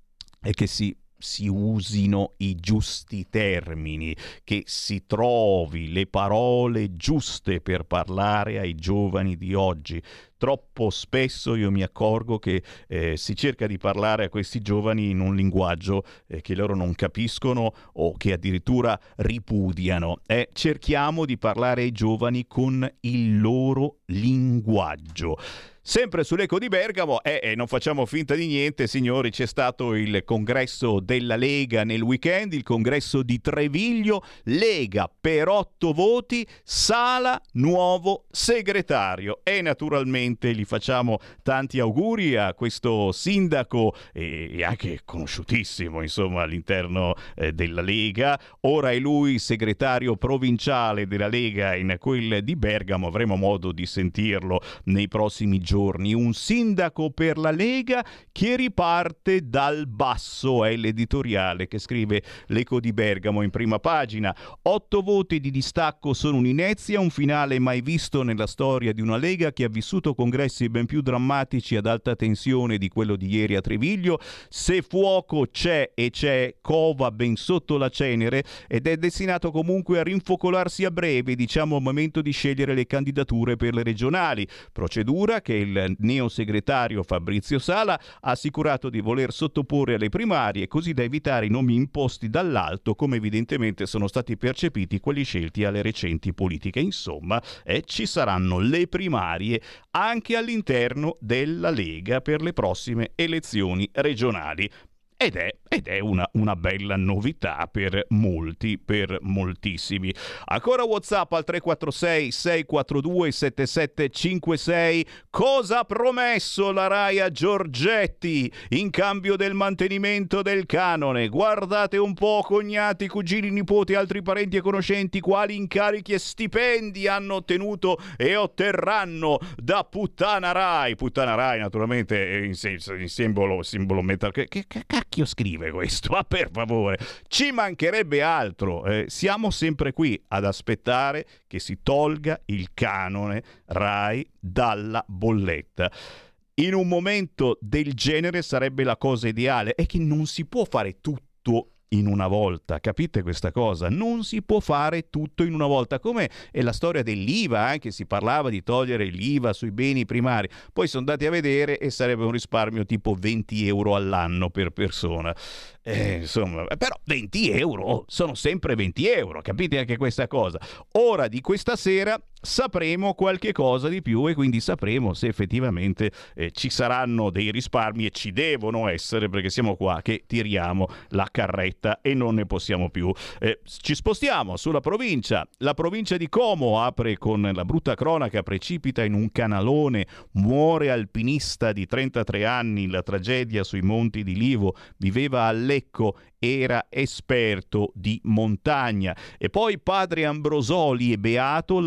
è che si si usino i giusti termini, che si trovi le parole giuste per parlare ai giovani di oggi. Troppo spesso io mi accorgo che eh, si cerca di parlare a questi giovani in un linguaggio eh, che loro non capiscono o che addirittura ripudiano. Eh, cerchiamo di parlare ai giovani con il loro linguaggio. Sempre sull'Eco di Bergamo, e eh, eh, non facciamo finta di niente, signori, c'è stato il congresso della Lega nel weekend, il congresso di Treviglio, Lega per otto voti, Sala nuovo segretario. E naturalmente gli facciamo tanti auguri a questo sindaco e, e anche conosciutissimo, insomma, all'interno eh, della Lega. Ora è lui segretario provinciale della Lega in quel di Bergamo, avremo modo di sentirlo nei prossimi giorni. Un sindaco per la Lega che riparte dal basso, è l'editoriale che scrive l'Eco di Bergamo in prima pagina. Otto voti di distacco sono un'inezia, un finale mai visto nella storia di una Lega che ha vissuto congressi ben più drammatici ad alta tensione di quello di ieri a Treviglio. Se fuoco c'è e c'è, cova ben sotto la cenere ed è destinato comunque a rinfocolarsi a breve, diciamo al momento di scegliere le candidature per le regionali, procedura che il neosegretario Fabrizio Sala ha assicurato di voler sottoporre alle primarie, così da evitare i nomi imposti dall'alto, come evidentemente sono stati percepiti quelli scelti alle recenti politiche. Insomma, eh, ci saranno le primarie anche all'interno della Lega per le prossime elezioni regionali. Ed è, ed è una, una bella novità per molti, per moltissimi. Ancora WhatsApp al tre quattro sei sei quattro due sette sette cinque sei. Cosa ha promesso la Rai a Giorgetti in cambio del mantenimento del canone? Guardate un po', cognati, cugini, nipoti, altri parenti e conoscenti, quali incarichi e stipendi hanno ottenuto e otterranno da Puttana Rai. Puttana Rai naturalmente in, in simbolo, simbolo metal. Che, che, che cacchio scrive questo? Ma per favore, ci mancherebbe altro. Eh, siamo sempre qui ad aspettare che si tolga il canone Rai dalla bolletta. In un momento del genere sarebbe la cosa ideale, è che non si può fare tutto in una volta, capite questa cosa? Non si può fare tutto in una volta, come è la storia dell'I V A, anche si parlava di togliere l'I V A sui beni primari, poi sono andati a vedere e sarebbe un risparmio tipo venti euro all'anno per persona. Eh, insomma, però venti euro sono sempre venti euro, capite anche questa cosa? Ora di questa sera sapremo qualche cosa di più e quindi sapremo se effettivamente eh, ci saranno dei risparmi, e ci devono essere, perché siamo qua che tiriamo la carretta e non ne possiamo più. Eh, ci spostiamo sulla provincia. La provincia di Como apre con la brutta cronaca: precipita in un canalone, muore alpinista di trentatré anni, la tragedia sui monti di Livo, viveva a Lecco, era esperto di montagna. E poi padre Ambrosoli è beato, la festa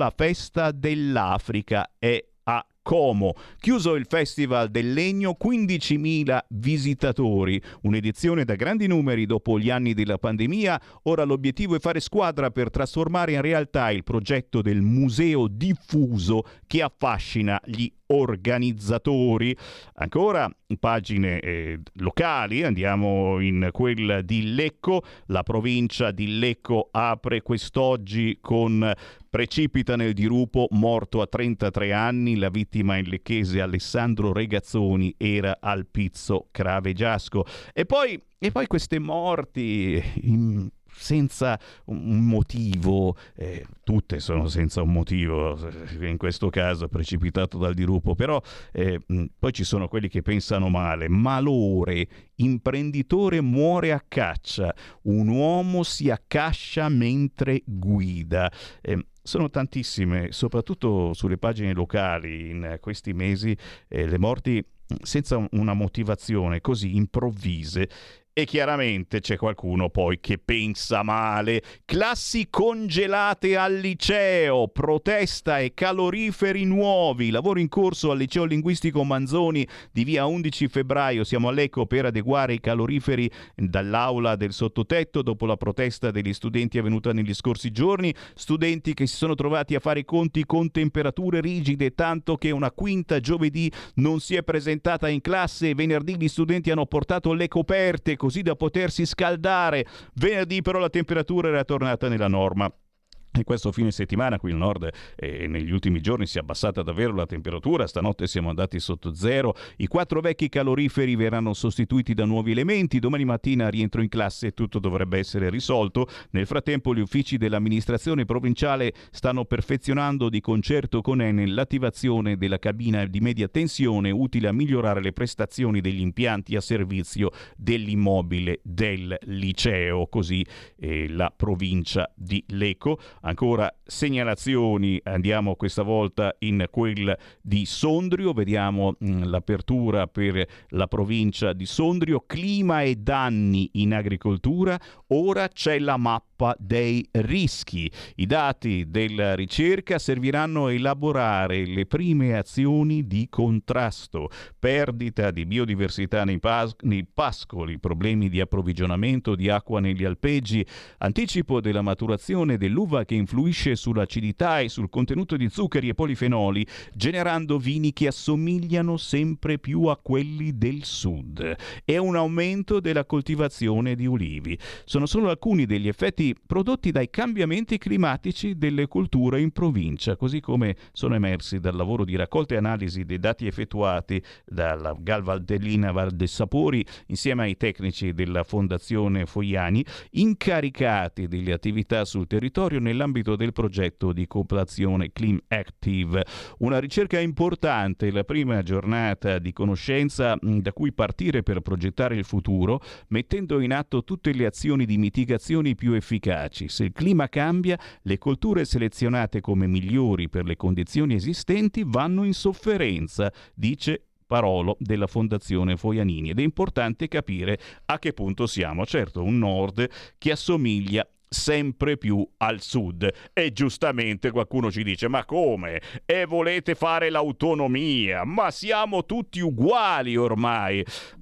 costa dell'Africa è a Como. Chiuso il Festival del Legno, quindicimila visitatori, un'edizione da grandi numeri dopo gli anni della pandemia. Ora l'obiettivo è fare squadra per trasformare in realtà il progetto del museo diffuso che affascina gli organizzatori. Ancora pagine eh, locali, andiamo in quella di Lecco. La provincia di Lecco apre quest'oggi con precipita nel dirupo, morto a trentatré anni, la vittima in lecchese Alessandro Regazzoni, era al Pizzo Cravegiasco. E poi, e poi queste morti in senza un motivo, eh, tutte sono senza un motivo, in questo caso precipitato dal dirupo, però eh, poi ci sono quelli che pensano male. Malore, imprenditore muore a caccia, un uomo si accascia mentre guida. Eh, sono tantissime, soprattutto sulle pagine locali in questi mesi, eh, le morti senza una motivazione, così improvvise. E chiaramente c'è qualcuno poi che pensa male. Classi congelate al liceo, protesta e caloriferi nuovi. Lavoro in corso al liceo linguistico Manzoni di via undici febbraio. Siamo a Lecco per adeguare i caloriferi dall'aula del sottotetto dopo la protesta degli studenti avvenuta negli scorsi giorni. Studenti che si sono trovati a fare i conti con temperature rigide, tanto che una quinta giovedì non si è presentata in classe. Venerdì gli studenti hanno portato le coperte così da potersi scaldare. Venerdì però la temperatura era tornata nella norma. E questo fine settimana qui al nord eh, negli ultimi giorni si è abbassata davvero la temperatura. Stanotte siamo andati sotto zero. I quattro vecchi caloriferi verranno sostituiti da nuovi elementi. Domani mattina rientro in classe e tutto dovrebbe essere risolto. Nel frattempo gli uffici dell'amministrazione provinciale stanno perfezionando di concerto con Enel l'attivazione della cabina di media tensione utile a migliorare le prestazioni degli impianti a servizio dell'immobile del liceo. Così eh, la provincia di Lecco. Ancora segnalazioni, andiamo questa volta in quel di Sondrio, vediamo mh, l'apertura per la provincia di Sondrio. Clima e danni in agricoltura, ora c'è la mappa dei rischi. I dati della ricerca serviranno a elaborare le prime azioni di contrasto. Perdita di biodiversità nei, pas- nei pascoli, problemi di approvvigionamento di acqua negli alpeggi, anticipo della maturazione dell'uva che influisce sull'acidità e sul contenuto di zuccheri e polifenoli, generando vini che assomigliano sempre più a quelli del sud, e un aumento della coltivazione di ulivi. Sono solo alcuni degli effetti prodotti dai cambiamenti climatici delle colture in provincia, così come sono emersi dal lavoro di raccolta e analisi dei dati effettuati dalla Gal Valtellina Valdessapori insieme ai tecnici della Fondazione Foiani, incaricati delle attività sul territorio nell'ambito del progetto di cooperazione Clean Active. Una ricerca importante, la prima giornata di conoscenza da cui partire per progettare il futuro, mettendo in atto tutte le azioni di mitigazione più efficaci. Se il clima cambia, le colture selezionate come migliori per le condizioni esistenti vanno in sofferenza, dice Parolo della Fondazione Foianini, ed è importante capire a che punto siamo. Certo, un nord che assomiglia sempre più al sud, e giustamente qualcuno ci dice: ma come? E volete fare l'autonomia? Ma siamo tutti uguali ormai.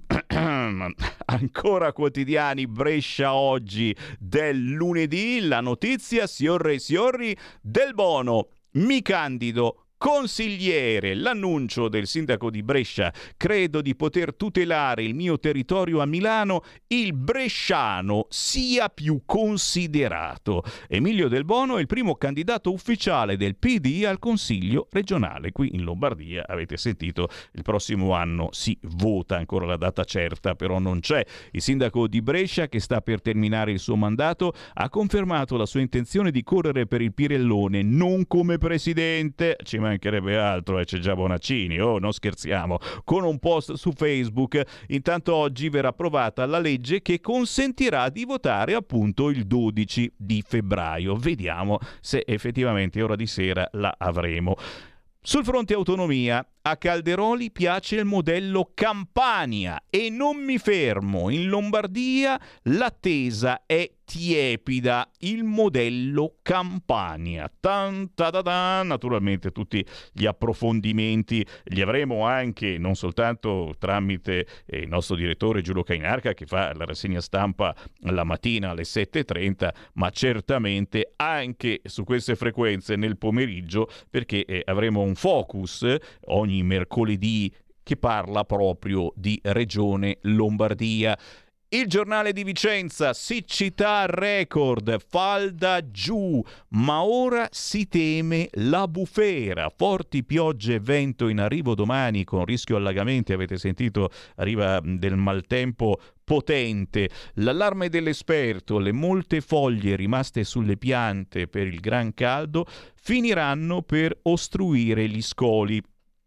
Ancora quotidiani Brescia oggi del lunedì, la notizia siorre e siorri del Bono. Mi candido consigliere, l'annuncio del sindaco di Brescia: credo di poter tutelare il mio territorio a Milano, il bresciano sia più considerato. Emilio Del Bono è il primo candidato ufficiale del P D al Consiglio regionale. Qui in Lombardia, avete sentito, il prossimo anno si vota, ancora la data certa però non c'è. Il sindaco di Brescia, che sta per terminare il suo mandato, ha confermato la sua intenzione di correre per il Pirellone, non come presidente, ci mancherebbe altro, e eh, c'è già Bonaccini, oh, non scherziamo, con un post su Facebook. Intanto oggi verrà approvata la legge che consentirà di votare appunto il dodici di febbraio. Vediamo se effettivamente ora di sera la avremo. Sul fronte autonomia, A Calderoli piace il modello Campania e non mi fermo. In Lombardia l'attesa è tiepida, il modello Campania. Tan, ta, ta, ta. Naturalmente tutti gli approfondimenti li avremo anche non soltanto tramite eh, il nostro direttore Giulio Cainarca, che fa la rassegna stampa la mattina alle sette e trenta, ma certamente anche su queste frequenze nel pomeriggio, perché eh, avremo un focus ogni mercoledì che parla proprio di Regione Lombardia. Il giornale di Vicenza, siccità record, falda giù, ma ora si teme la bufera. Forti piogge e vento in arrivo domani con rischio allagamenti, avete sentito, arriva del maltempo potente. L'allarme dell'esperto, le molte foglie rimaste sulle piante per il gran caldo finiranno per ostruire gli scoli.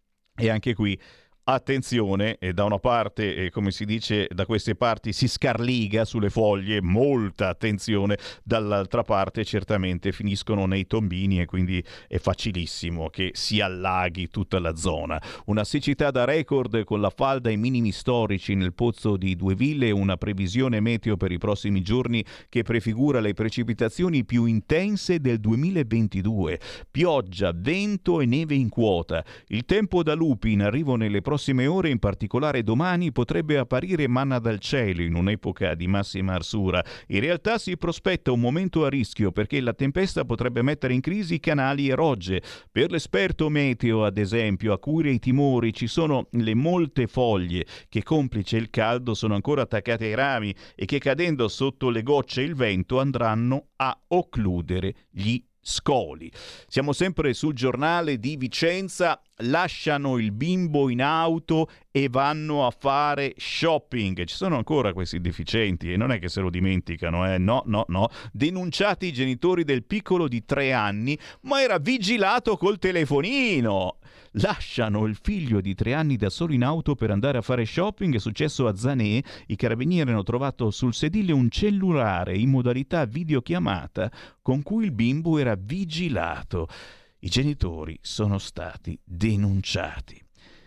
E anche qui attenzione, e da una parte, eh, come si dice da queste parti, si scarliga sulle foglie, molta attenzione, dall'altra parte certamente finiscono nei tombini e quindi è facilissimo che si allaghi tutta la zona. Una siccità da record con la falda ai minimi storici nel pozzo di Due Ville, una previsione meteo per i prossimi giorni che prefigura le precipitazioni più intense del duemilaventidue. Pioggia, vento e neve in quota. Il tempo da lupi in arrivo nelle prossime prossime ore, in particolare domani, potrebbe apparire manna dal cielo in un'epoca di massima arsura. In realtà si prospetta un momento a rischio perché la tempesta potrebbe mettere in crisi canali e rogge. Per l'esperto meteo, ad esempio, a cui i timori ci sono le molte foglie che, complice il caldo, sono ancora attaccate ai rami e che, cadendo sotto le gocce e il vento, andranno a occludere gli scoli. Siamo sempre sul giornale di Vicenza. Lasciano il bimbo in auto e vanno a fare shopping. Ci sono ancora questi deficienti e non è che se lo dimenticano, eh? No, no, no. Denunciati i genitori del piccolo di tre anni, ma era vigilato col telefonino. Lasciano il figlio di tre anni da solo in auto per andare a fare shopping. È successo a Zanè. I carabinieri hanno trovato sul sedile un cellulare in modalità videochiamata con cui il bimbo era vigilato. I genitori sono stati denunciati.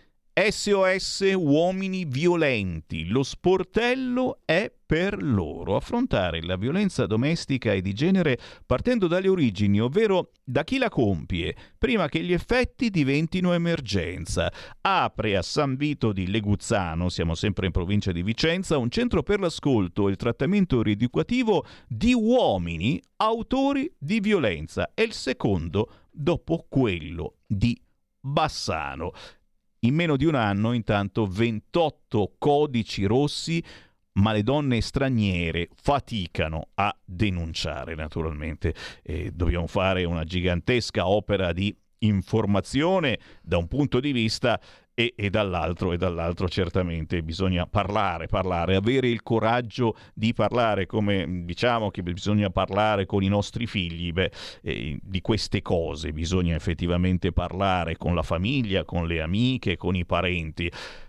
S O S uomini violenti, lo sportello è per loro. Affrontare la violenza domestica e di genere partendo dalle origini, ovvero da chi la compie, prima che gli effetti diventino emergenza. Apre a San Vito di Leguzzano, siamo sempre in provincia di Vicenza, un centro per l'ascolto e il trattamento rieducativo di uomini autori di violenza. È il secondo dopo quello di Bassano. In meno di un anno, intanto, ventotto codici rossi, ma le donne straniere faticano a denunciare, naturalmente. E dobbiamo fare una gigantesca opera di informazione da un punto di vista e, e dall'altro e dall'altro certamente bisogna parlare, parlare, avere il coraggio di parlare, come diciamo che bisogna parlare con i nostri figli. Beh, eh, di queste cose bisogna effettivamente parlare con la famiglia, con le amiche, con i parenti.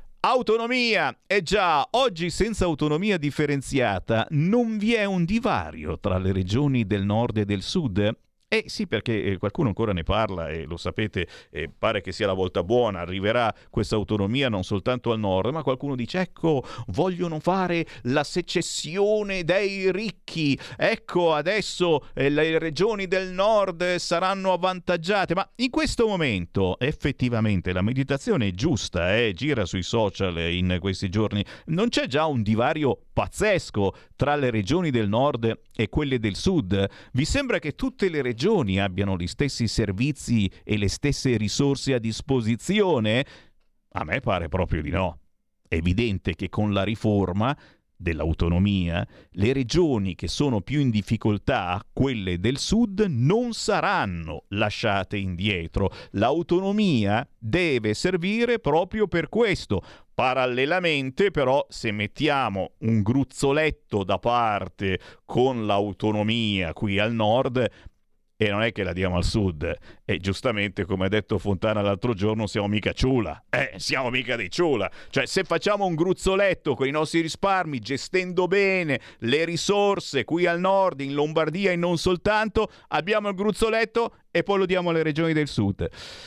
Autonomia! E già, oggi senza autonomia differenziata non vi è un divario tra le regioni del nord e del sud? Eh sì, perché qualcuno ancora ne parla e lo sapete, eh, pare che sia la volta buona, arriverà questa autonomia non soltanto al nord, ma qualcuno dice ecco, vogliono fare la secessione dei ricchi, ecco adesso eh, le regioni del nord saranno avvantaggiate, ma in questo momento effettivamente la meditazione è giusta, eh, gira sui social in questi giorni, non c'è già un divario pazzesco tra le regioni del nord e quelle del sud? Vi sembra che tutte le regioni abbiano gli stessi servizi e le stesse risorse a disposizione? A me pare proprio di no. È evidente che con la riforma dell'autonomia le regioni che sono più in difficoltà, quelle del sud, non saranno lasciate indietro. L'autonomia deve servire proprio per questo. Parallelamente però, se mettiamo un gruzzoletto da parte con l'autonomia qui al nord, e non è che la diamo al sud, e giustamente come ha detto Fontana l'altro giorno siamo mica ciula, eh siamo mica dei ciula, cioè se facciamo un gruzzoletto con i nostri risparmi gestendo bene le risorse qui al nord, in Lombardia e non soltanto, abbiamo il gruzzoletto e poi lo diamo alle regioni del sud.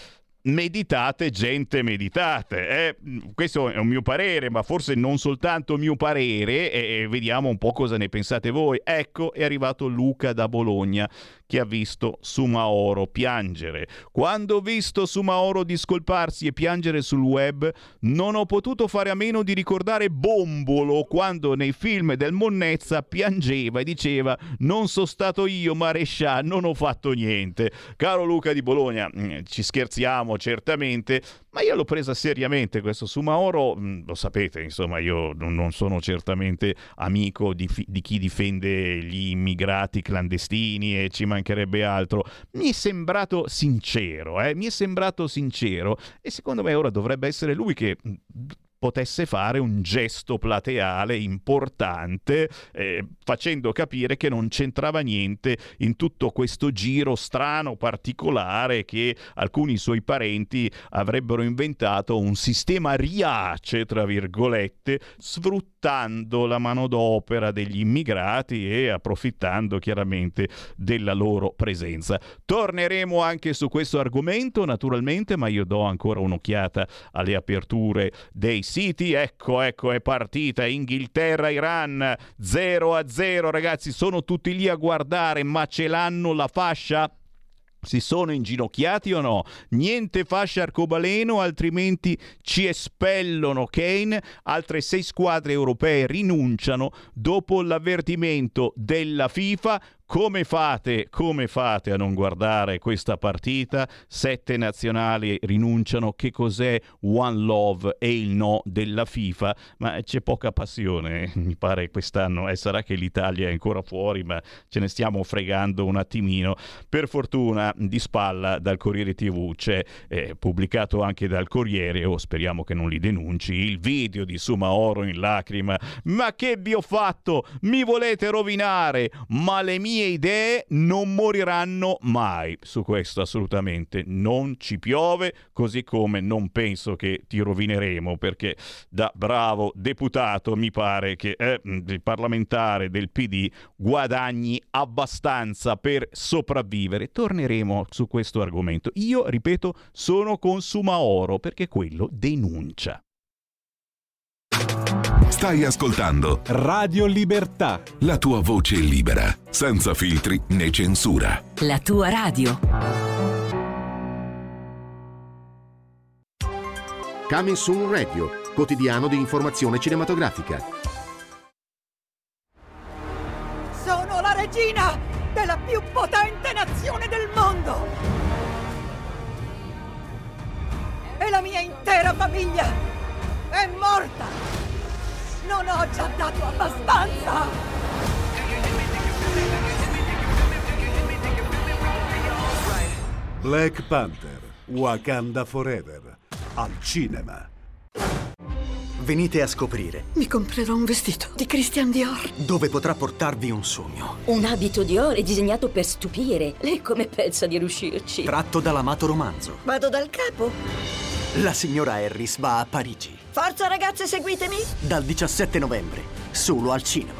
meditate, gente, meditate. Eh, questo è un mio parere, ma forse non soltanto mio parere, e, e vediamo un po' cosa ne pensate voi. Ecco, è arrivato Luca da Bologna, che ha visto Sumaoro piangere. Quando ho visto Sumaoro discolparsi e piangere sul web, non ho potuto fare a meno di ricordare Bombolo, quando nei film del Monnezza piangeva e diceva: non sono stato io, Marescià, non ho fatto niente. Caro Luca di Bologna, ci scherziamo certamente, ma io l'ho presa seriamente questo Sumaoro. Lo sapete, insomma, io non sono certamente amico di, fi- di chi difende gli immigrati clandestini, e ci mancherebbe altro. Mi è sembrato sincero, eh? mi è sembrato sincero, e secondo me ora dovrebbe essere lui che potesse fare un gesto plateale importante, eh, facendo capire che non c'entrava niente in tutto questo giro strano, particolare, che alcuni suoi parenti avrebbero inventato un sistema riace, tra virgolette, sfruttando la manodopera degli immigrati e approfittando chiaramente della loro presenza. Torneremo anche su questo argomento, naturalmente, ma io do ancora un'occhiata alle aperture dei siti. Ecco, ecco, è partita Inghilterra-Iran zero a zero, ragazzi, sono tutti lì a guardare, ma ce l'hanno la fascia? Si sono inginocchiati o no? Niente fascia arcobaleno, altrimenti ci espellono Kane. Altre sei squadre europee rinunciano dopo l'avvertimento della FIFA. Come fate, come fate a non guardare questa partita? Sette nazionali rinunciano. Che cos'è One Love e il no della FIFA? Ma c'è poca passione, mi pare, quest'anno. E eh, sarà che l'Italia è ancora fuori, ma ce ne stiamo fregando un attimino. Per fortuna, di spalla dal Corriere tivù c'è, eh, pubblicato anche dal Corriere, o oh, speriamo che non li denunci, il video di Sumaoro in lacrima. Ma che vi ho fatto? Mi volete rovinare? Ma le mie idee non moriranno mai. Su questo assolutamente non ci piove, così come non penso che ti rovineremo, perché da bravo deputato mi pare che eh, il parlamentare del P D guadagni abbastanza per sopravvivere. Torneremo su questo argomento. Io, ripeto, sono con Sumaoro perché quello denuncia. Stai ascoltando Radio Libertà, la tua voce libera, senza filtri né censura. La tua radio. Coming Soon Radio, quotidiano di informazione cinematografica. Sono la regina della più potente nazione del mondo! E la mia intera famiglia è morta! Non ho già dato abbastanza! Black Panther, Wakanda Forever, al cinema. Venite a scoprire. Mi comprerò un vestito di Christian Dior. Dove potrà portarvi un sogno. Un abito Dior è disegnato per stupire. Lei come pensa di riuscirci? Tratto dall'amato romanzo. Vado dal capo. La signora Harris va a Parigi. Forza ragazze, seguitemi! Dal diciassette novembre, solo al cinema.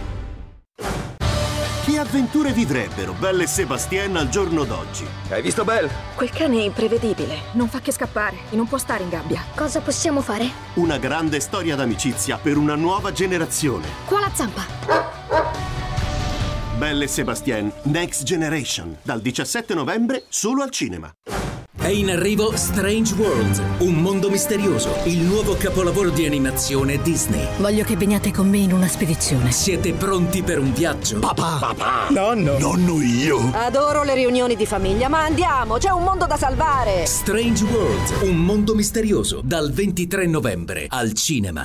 Che avventure vivrebbero Belle e Sébastien al giorno d'oggi? Hai visto Belle? Quel cane è imprevedibile, non fa che scappare e non può stare in gabbia. Cosa possiamo fare? Una grande storia d'amicizia per una nuova generazione. Qua la zampa! Belle e Sébastien Next Generation, dal diciassette novembre, solo al cinema. È in arrivo Strange World, un mondo misterioso, il nuovo capolavoro di animazione Disney. Voglio che veniate con me in una spedizione. Siete pronti per un viaggio? Papà! Papà! Nonno! Nonno io! Adoro le riunioni di famiglia, ma andiamo, c'è un mondo da salvare! Strange World, un mondo misterioso, dal ventitré novembre al cinema.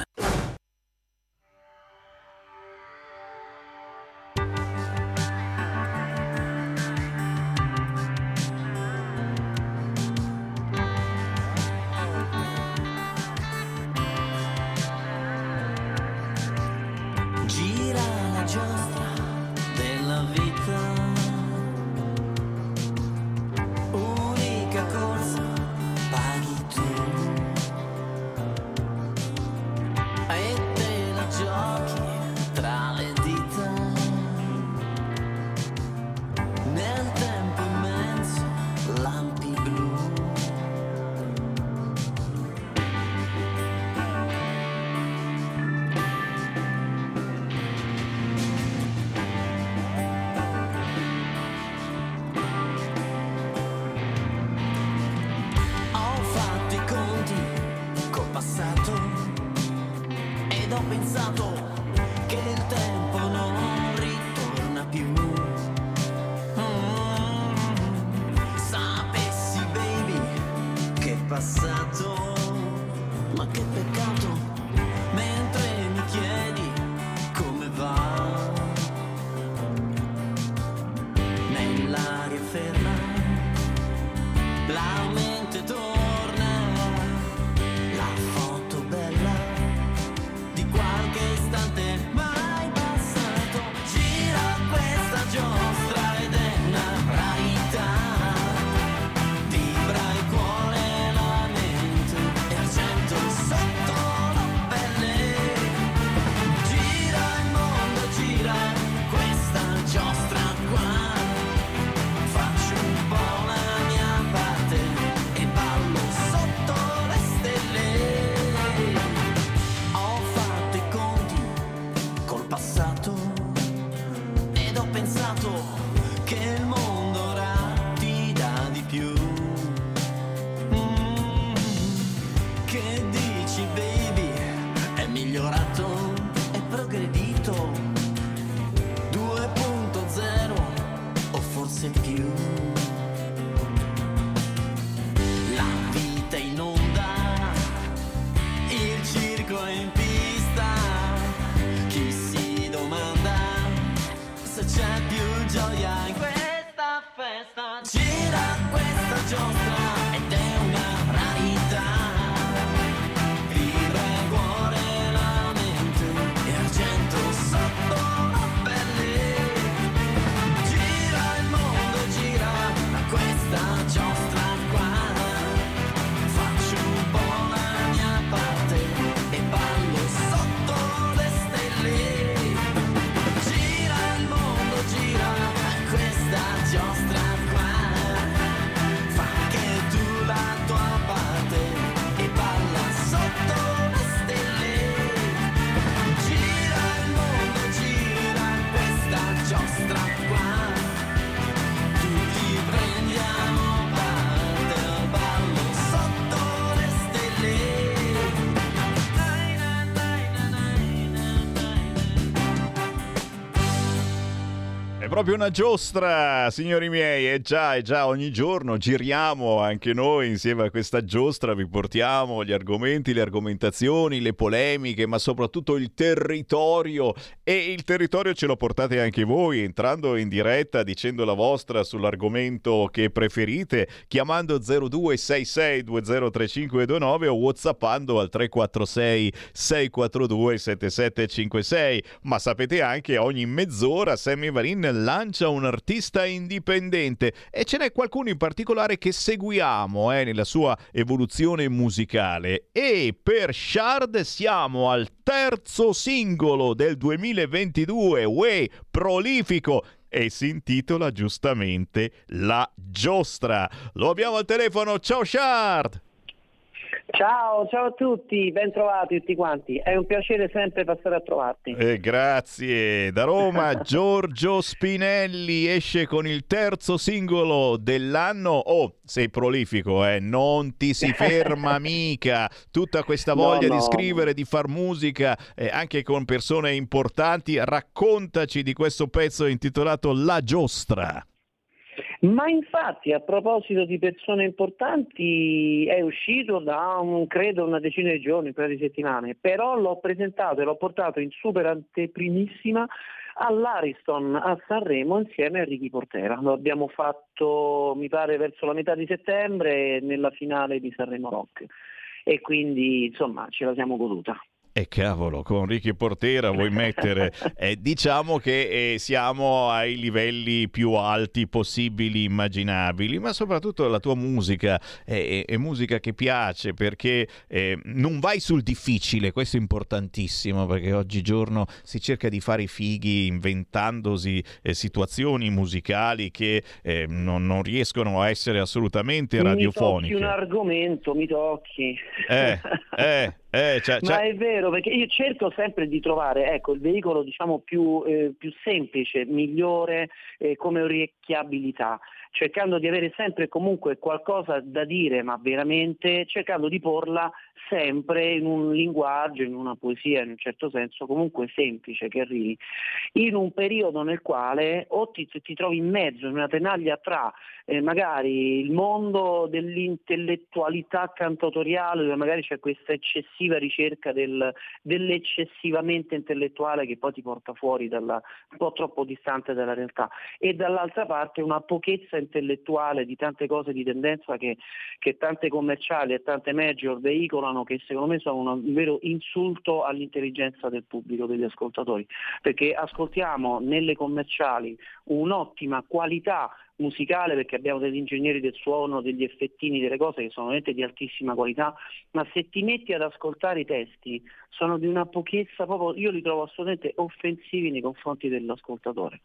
pensato che il tempo non ritorna più. Mm, sapessi baby che è passato, ma che peccato, mentre mi chiedi come va, nell'aria ferma la mente torna, la foto bella di qualche istante mai passato, gira questa giostra ed è una rarità, vibra il cuore, la mente e argento sotto la pelle, gira il mondo, gira questa giostra qua, faccio un po' la mia parte e ballo sotto le stelle. Ho fatto i conti col passato ed ho pensato che il mondo ora ti dà di più. Mm, che dici baby? È migliorato, è progredito due punto zero o forse più. La vita in onda, il circo è in pista, chi si domanda se c'è più gioia in questa festa, gira questa giostra ed è una rarità, vibra il cuore, la mente e argento sotto la pelle, gira il mondo, gira questa giostra qua, faccio un po' la mia parte e ballo sotto le stelle, gira il mondo, gira questa giostra qua, fa che tu la tua parte e balla sotto le stelle, gira il mondo, gira questa giostra qua, tutti prendiamo parte al ballo sotto le stelle. È proprio una giostra, signori miei, e già, e già ogni giorno giriamo anche noi insieme a questa giostra, vi portiamo gli argomenti, le argomentazioni, le polemiche, ma soprattutto il territorio, e il territorio ce lo portate anche voi entrando in diretta dicendo la vostra sull'argomento che preferite, chiamando zero due sei sei due zero tre cinque due nove o whatsappando al tre quattro sei sei quattro due sette sette cinque sei, ma sapete anche ogni mezz'ora Sammy Varin lancia un artista indipendente e ce n'è qualcuno in particolare che seguiamo eh, nella sua evoluzione musicale, e per Shard siamo al terzo singolo del duemilaventidue, uè, prolifico, e si intitola giustamente La Giostra. Lo abbiamo al telefono, ciao Shard! Ciao, ciao a tutti, ben trovati tutti quanti, è un piacere sempre passare a trovarti. Eh, grazie. Da Roma Giorgio Spinelli esce con il terzo singolo dell'anno. Oh, sei prolifico, eh? Non ti si ferma mica. Tutta questa voglia no, no. di scrivere, di far musica, eh, anche con persone importanti. Raccontaci di questo pezzo intitolato La Giostra. Ma infatti, a proposito di persone importanti, è uscito da un, credo una decina di giorni, un paio di settimane, però l'ho presentato e l'ho portato in super anteprimissima all'Ariston a Sanremo insieme a Ricky Portera. Lo abbiamo fatto, mi pare, verso la metà di settembre nella finale di Sanremo Rock, e quindi insomma ce la siamo goduta. E cavolo, con Ricky Portera vuoi mettere, eh, diciamo che eh, siamo ai livelli più alti possibili, immaginabili, ma soprattutto la tua musica è, è, è musica che piace, perché eh, non vai sul difficile, questo è importantissimo, perché oggigiorno si cerca di fare i fighi inventandosi eh, situazioni musicali che eh, non, non riescono a essere assolutamente radiofoniche. Mi tocchi un argomento, mi tocchi. Eh, eh. Eh, cioè, Ma cioè... è vero, perché io cerco sempre di trovare, ecco, il veicolo diciamo più, eh, più semplice, migliore eh, come orecchiabilità, cercando di avere sempre comunque qualcosa da dire, ma veramente cercando di porla sempre in un linguaggio, in una poesia in un certo senso comunque semplice, che arrivi in un periodo nel quale o ti, ti trovi in mezzo, in una tenaglia tra eh, magari il mondo dell'intellettualità cantautoriale, dove magari c'è questa eccessiva ricerca del, dell'eccessivamente intellettuale che poi ti porta fuori dalla, un po' troppo distante dalla realtà, e dall'altra parte una pochezza intellettuale di tante cose di tendenza che, che tante commerciali e tante major veicolano, che secondo me sono un vero insulto all'intelligenza del pubblico, degli ascoltatori, perché ascoltiamo nelle commerciali un'ottima qualità musicale, perché abbiamo degli ingegneri del suono, degli effettini, delle cose che sono veramente di altissima qualità, ma se ti metti ad ascoltare i testi sono di una pochezza proprio, io li trovo assolutamente offensivi nei confronti dell'ascoltatore.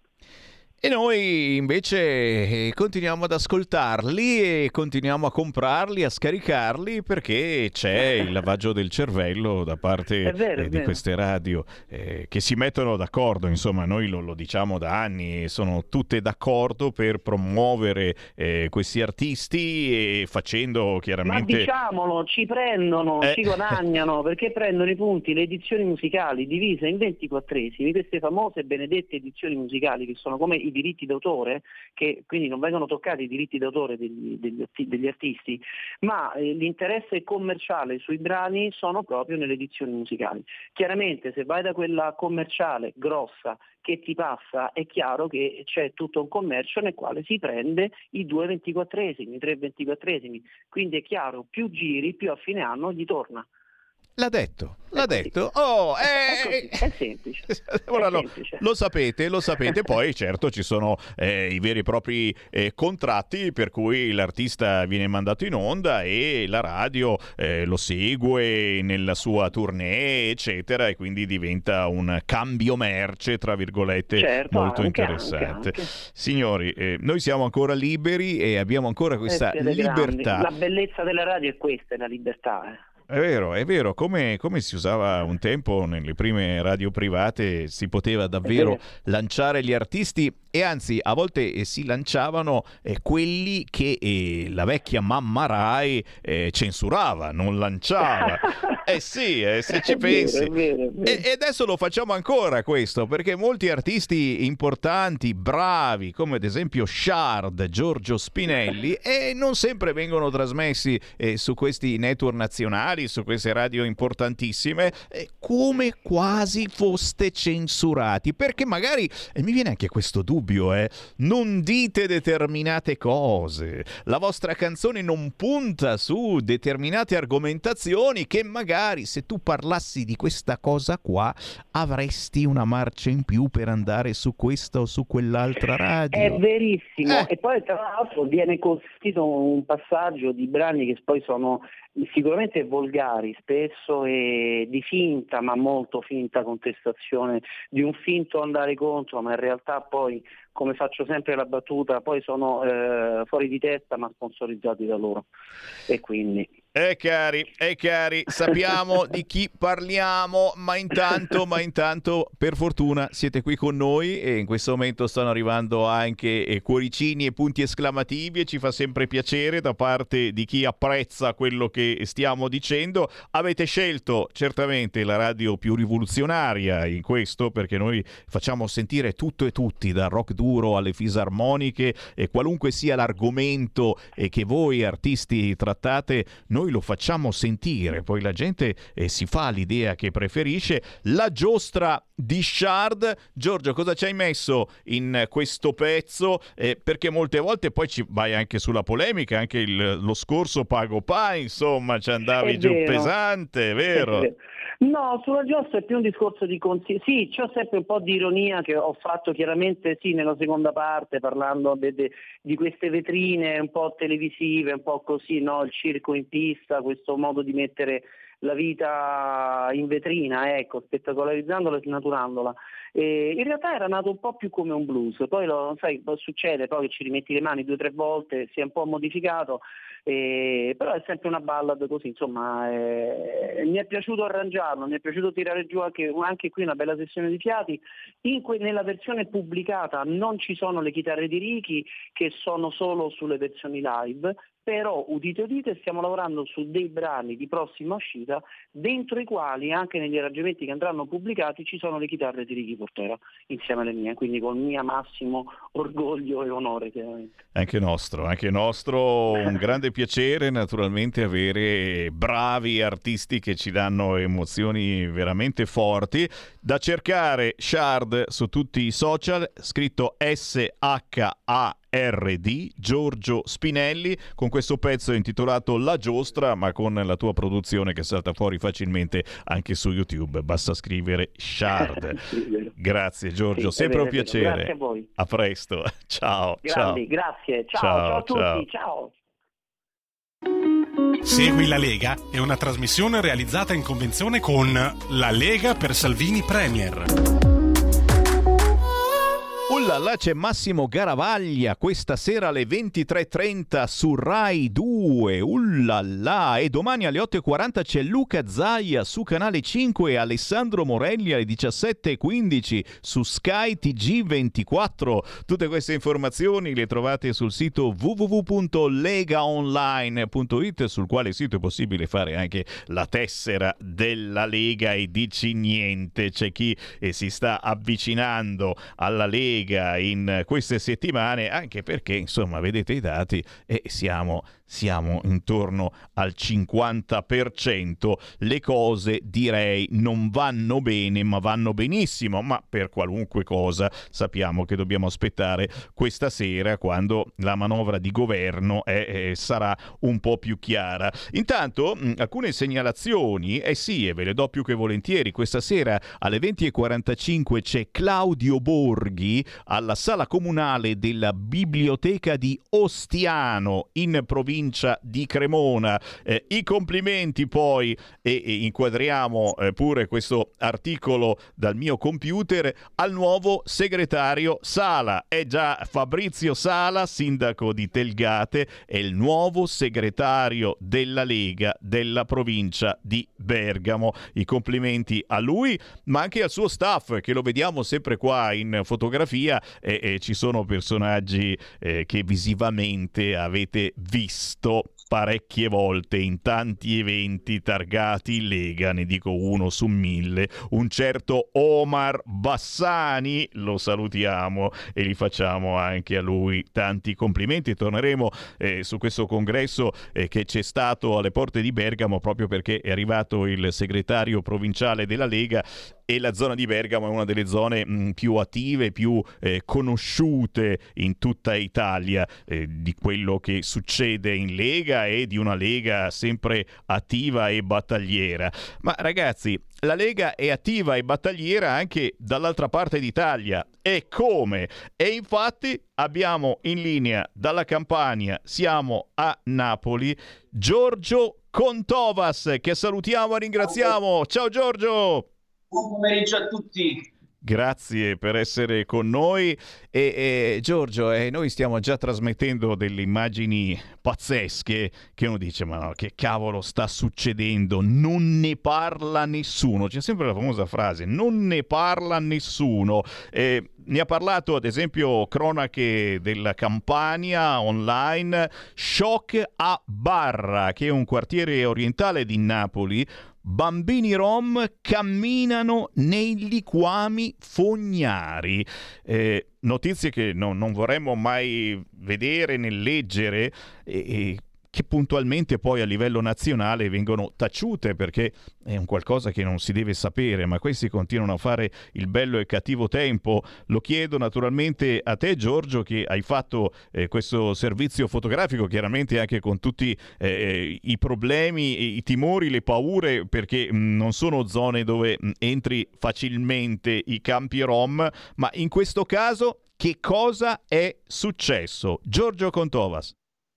E noi invece eh, continuiamo ad ascoltarli e continuiamo a comprarli, a scaricarli, perché c'è il lavaggio del cervello da parte vero, eh, di queste radio eh, che si mettono d'accordo, insomma noi lo, lo diciamo da anni, sono tutte d'accordo per promuovere eh, questi artisti e facendo chiaramente... Ma diciamolo, ci prendono, Eh. ci guadagnano, perché prendono i punti, le edizioni musicali divise in ventiquattresimi, queste famose benedette edizioni musicali che sono come i diritti d'autore, che quindi non vengono toccati i diritti d'autore degli, degli, arti- degli artisti, ma eh, l'interesse commerciale sui brani sono proprio nelle edizioni musicali. Chiaramente se vai da quella commerciale grossa che ti passa, è chiaro che c'è tutto un commercio nel quale si prende i due ventiquattresimi, i tre ventiquattresimi, quindi è chiaro, più giri, più a fine anno gli torna. L'ha detto, l'ha detto. Oh, eh, è, così, è semplice. Ora è lo, semplice. lo sapete, lo sapete. Poi certo ci sono eh, i veri e propri eh, contratti per cui l'artista viene mandato in onda e la radio eh, lo segue nella sua tournée, eccetera, e quindi diventa un cambio merce, tra virgolette, Certo, molto anche, interessante. anche, anche. Signori, eh, noi siamo ancora liberi e abbiamo ancora questa Eh, siete libertà. grandi. La bellezza della radio è questa, è la libertà. Eh. È vero, è vero, come, come si usava un tempo nelle prime radio private, si poteva davvero lanciare gli artisti e anzi a volte eh, si lanciavano eh, quelli che eh, la vecchia mamma Rai eh, censurava, non lanciava. Eh sì, eh, se ci È vero, pensi. è vero, è vero. E, e adesso lo facciamo ancora questo, perché molti artisti importanti, bravi, come ad esempio Shard, Giorgio Spinelli, e non sempre vengono trasmessi eh, su questi network nazionali, su queste radio importantissime, eh, come quasi foste censurati, perché magari, e mi viene anche questo dubbio, eh, non dite determinate cose, la vostra canzone non punta su determinate argomentazioni che magari se tu parlassi di questa cosa qua avresti una marcia in più per andare su questa o su quell'altra radio. È verissimo, Eh. e poi tra l'altro viene consentito un passaggio di brani che poi sono sicuramente volgari spesso e di finta, ma molto finta contestazione, di un finto andare contro, ma in realtà poi, come faccio sempre la battuta, poi sono eh, fuori di testa ma sponsorizzati da loro, e quindi... Eh cari, eh cari, sappiamo di chi parliamo, ma intanto, ma intanto per fortuna siete qui con noi e in questo momento stanno arrivando anche eh, cuoricini e punti esclamativi e ci fa sempre piacere da parte di chi apprezza quello che stiamo dicendo. Avete scelto certamente la radio più rivoluzionaria in questo, perché noi facciamo sentire tutto e tutti, dal rock duro alle fisarmoniche, e qualunque sia l'argomento eh, che voi artisti trattate, noi lo facciamo sentire, poi la gente eh, si fa l'idea che preferisce. La giostra di Shard. Giorgio, cosa ci hai messo in questo pezzo? Eh, perché molte volte poi ci vai anche sulla polemica, anche il, lo scorso Pago Pa, insomma, ci andavi È giù vero. pesante, vero? È vero. No, sulla giostra è più un discorso di consiglio. Sì, c'ho sempre un po' di ironia che ho fatto chiaramente sì nella seconda parte, parlando de, de, di queste vetrine un po' televisive, un po' così, no? Il circo in pista, questo modo di mettere la vita in vetrina, ecco, spettacolarizzandola e snaturandola. E in realtà era nato un po' più come un blues, poi lo sai, succede poi che ci rimetti le mani due o tre volte, si è un po' modificato. Eh, però è sempre una ballad così, insomma, eh, mi è piaciuto arrangiarlo, mi è piaciuto tirare giù anche, anche qui una bella sessione di fiati. In que- nella versione pubblicata non ci sono le chitarre di Ricky, che sono solo sulle versioni live, però udite udite stiamo lavorando su dei brani di prossima uscita, dentro i quali anche negli arrangiamenti che andranno pubblicati ci sono le chitarre di Ricky Portera insieme alle mie, quindi con mio massimo orgoglio e onore chiaramente. Anche nostro, anche nostro, un grande piacere naturalmente avere bravi artisti che ci danno emozioni veramente forti. Da cercare Shard su tutti i social, scritto S H A R D, Giorgio Spinelli, con questo pezzo intitolato La Giostra, ma con la tua produzione che salta fuori facilmente anche su YouTube. Basta scrivere Shard. Grazie Giorgio, Sì, sempre vero, un piacere. Grazie a voi. A presto. Ciao. Grandi, ciao. grazie. Ciao, Ciao, ciao a tutti. ciao. Ciao. Segui la Lega è una trasmissione realizzata in convenzione con La Lega per Salvini Premier. Ullala, c'è Massimo Garavaglia questa sera alle ventitré e trenta su Rai due. Ullala, e domani alle otto e quaranta c'è Luca Zaia su Canale cinque e Alessandro Morelli alle diciassette e quindici su Sky T G ventiquattro. Tutte queste informazioni le trovate sul sito w w w punto legaonline punto it, sul quale sito è possibile fare anche la tessera della Lega. E dici niente, c'è chi eh, si sta avvicinando alla Lega in queste settimane, anche perché insomma vedete i dati e siamo siamo intorno al cinquanta per cento. Le cose direi non vanno bene, ma vanno benissimo, ma per qualunque cosa sappiamo che dobbiamo aspettare questa sera, quando la manovra di governo è, è, sarà un po' più chiara. Intanto mh, alcune segnalazioni, eh sì, e ve le do più che volentieri. Questa sera alle venti e quarantacinque c'è Claudio Borghi alla sala comunale della biblioteca di Ostiano in provincia di Cremona. Eh, i complimenti poi, e, e inquadriamo eh, pure questo articolo dal mio computer, al nuovo segretario Sala. È già Fabrizio Sala, sindaco di Telgate, è il nuovo segretario della Lega della provincia di Bergamo. I complimenti a lui, ma anche al suo staff, che lo vediamo sempre qua in fotografia, e, e ci sono personaggi eh, che visivamente avete visto parecchie volte in tanti eventi targati Lega, ne dico uno su mille, un certo Omar Bassani. Lo salutiamo e gli facciamo anche a lui tanti complimenti. Torneremo eh, su questo congresso eh, che c'è stato alle porte di Bergamo, proprio perché è arrivato il segretario provinciale della Lega, e la zona di Bergamo è una delle zone mh, più attive, più eh, conosciute in tutta Italia eh, di quello che succede in Lega e di una Lega sempre attiva e battagliera. Ma ragazzi, la Lega è attiva e battagliera anche dall'altra parte d'Italia. E come? E infatti abbiamo in linea dalla Campania, siamo a Napoli, Giorgio Contovas, che salutiamo e ringraziamo. Ciao Giorgio! Buon pomeriggio a tutti. Grazie per essere con noi. E, e Giorgio, eh, noi stiamo già trasmettendo delle immagini pazzesche che uno dice: ma no, che cavolo sta succedendo? Non ne parla nessuno. C'è sempre la famosa frase: non ne parla nessuno. Eh, ne ha parlato ad esempio Cronache della Campania online. Shock a Barra, che è un quartiere orientale di Napoli. Bambini rom camminano nei liquami fognari. Eh, notizie che no, non vorremmo mai vedere né leggere, e, e che puntualmente poi a livello nazionale vengono taciute perché è un qualcosa che non si deve sapere, ma questi continuano a fare il bello e cattivo tempo. Lo chiedo naturalmente a te, Giorgio, che hai fatto eh, questo servizio fotografico, chiaramente anche con tutti eh, i problemi, i timori, le paure, perché mh, non sono zone dove mh, entri facilmente i campi rom, ma in questo caso che cosa è successo? Giorgio Contovas.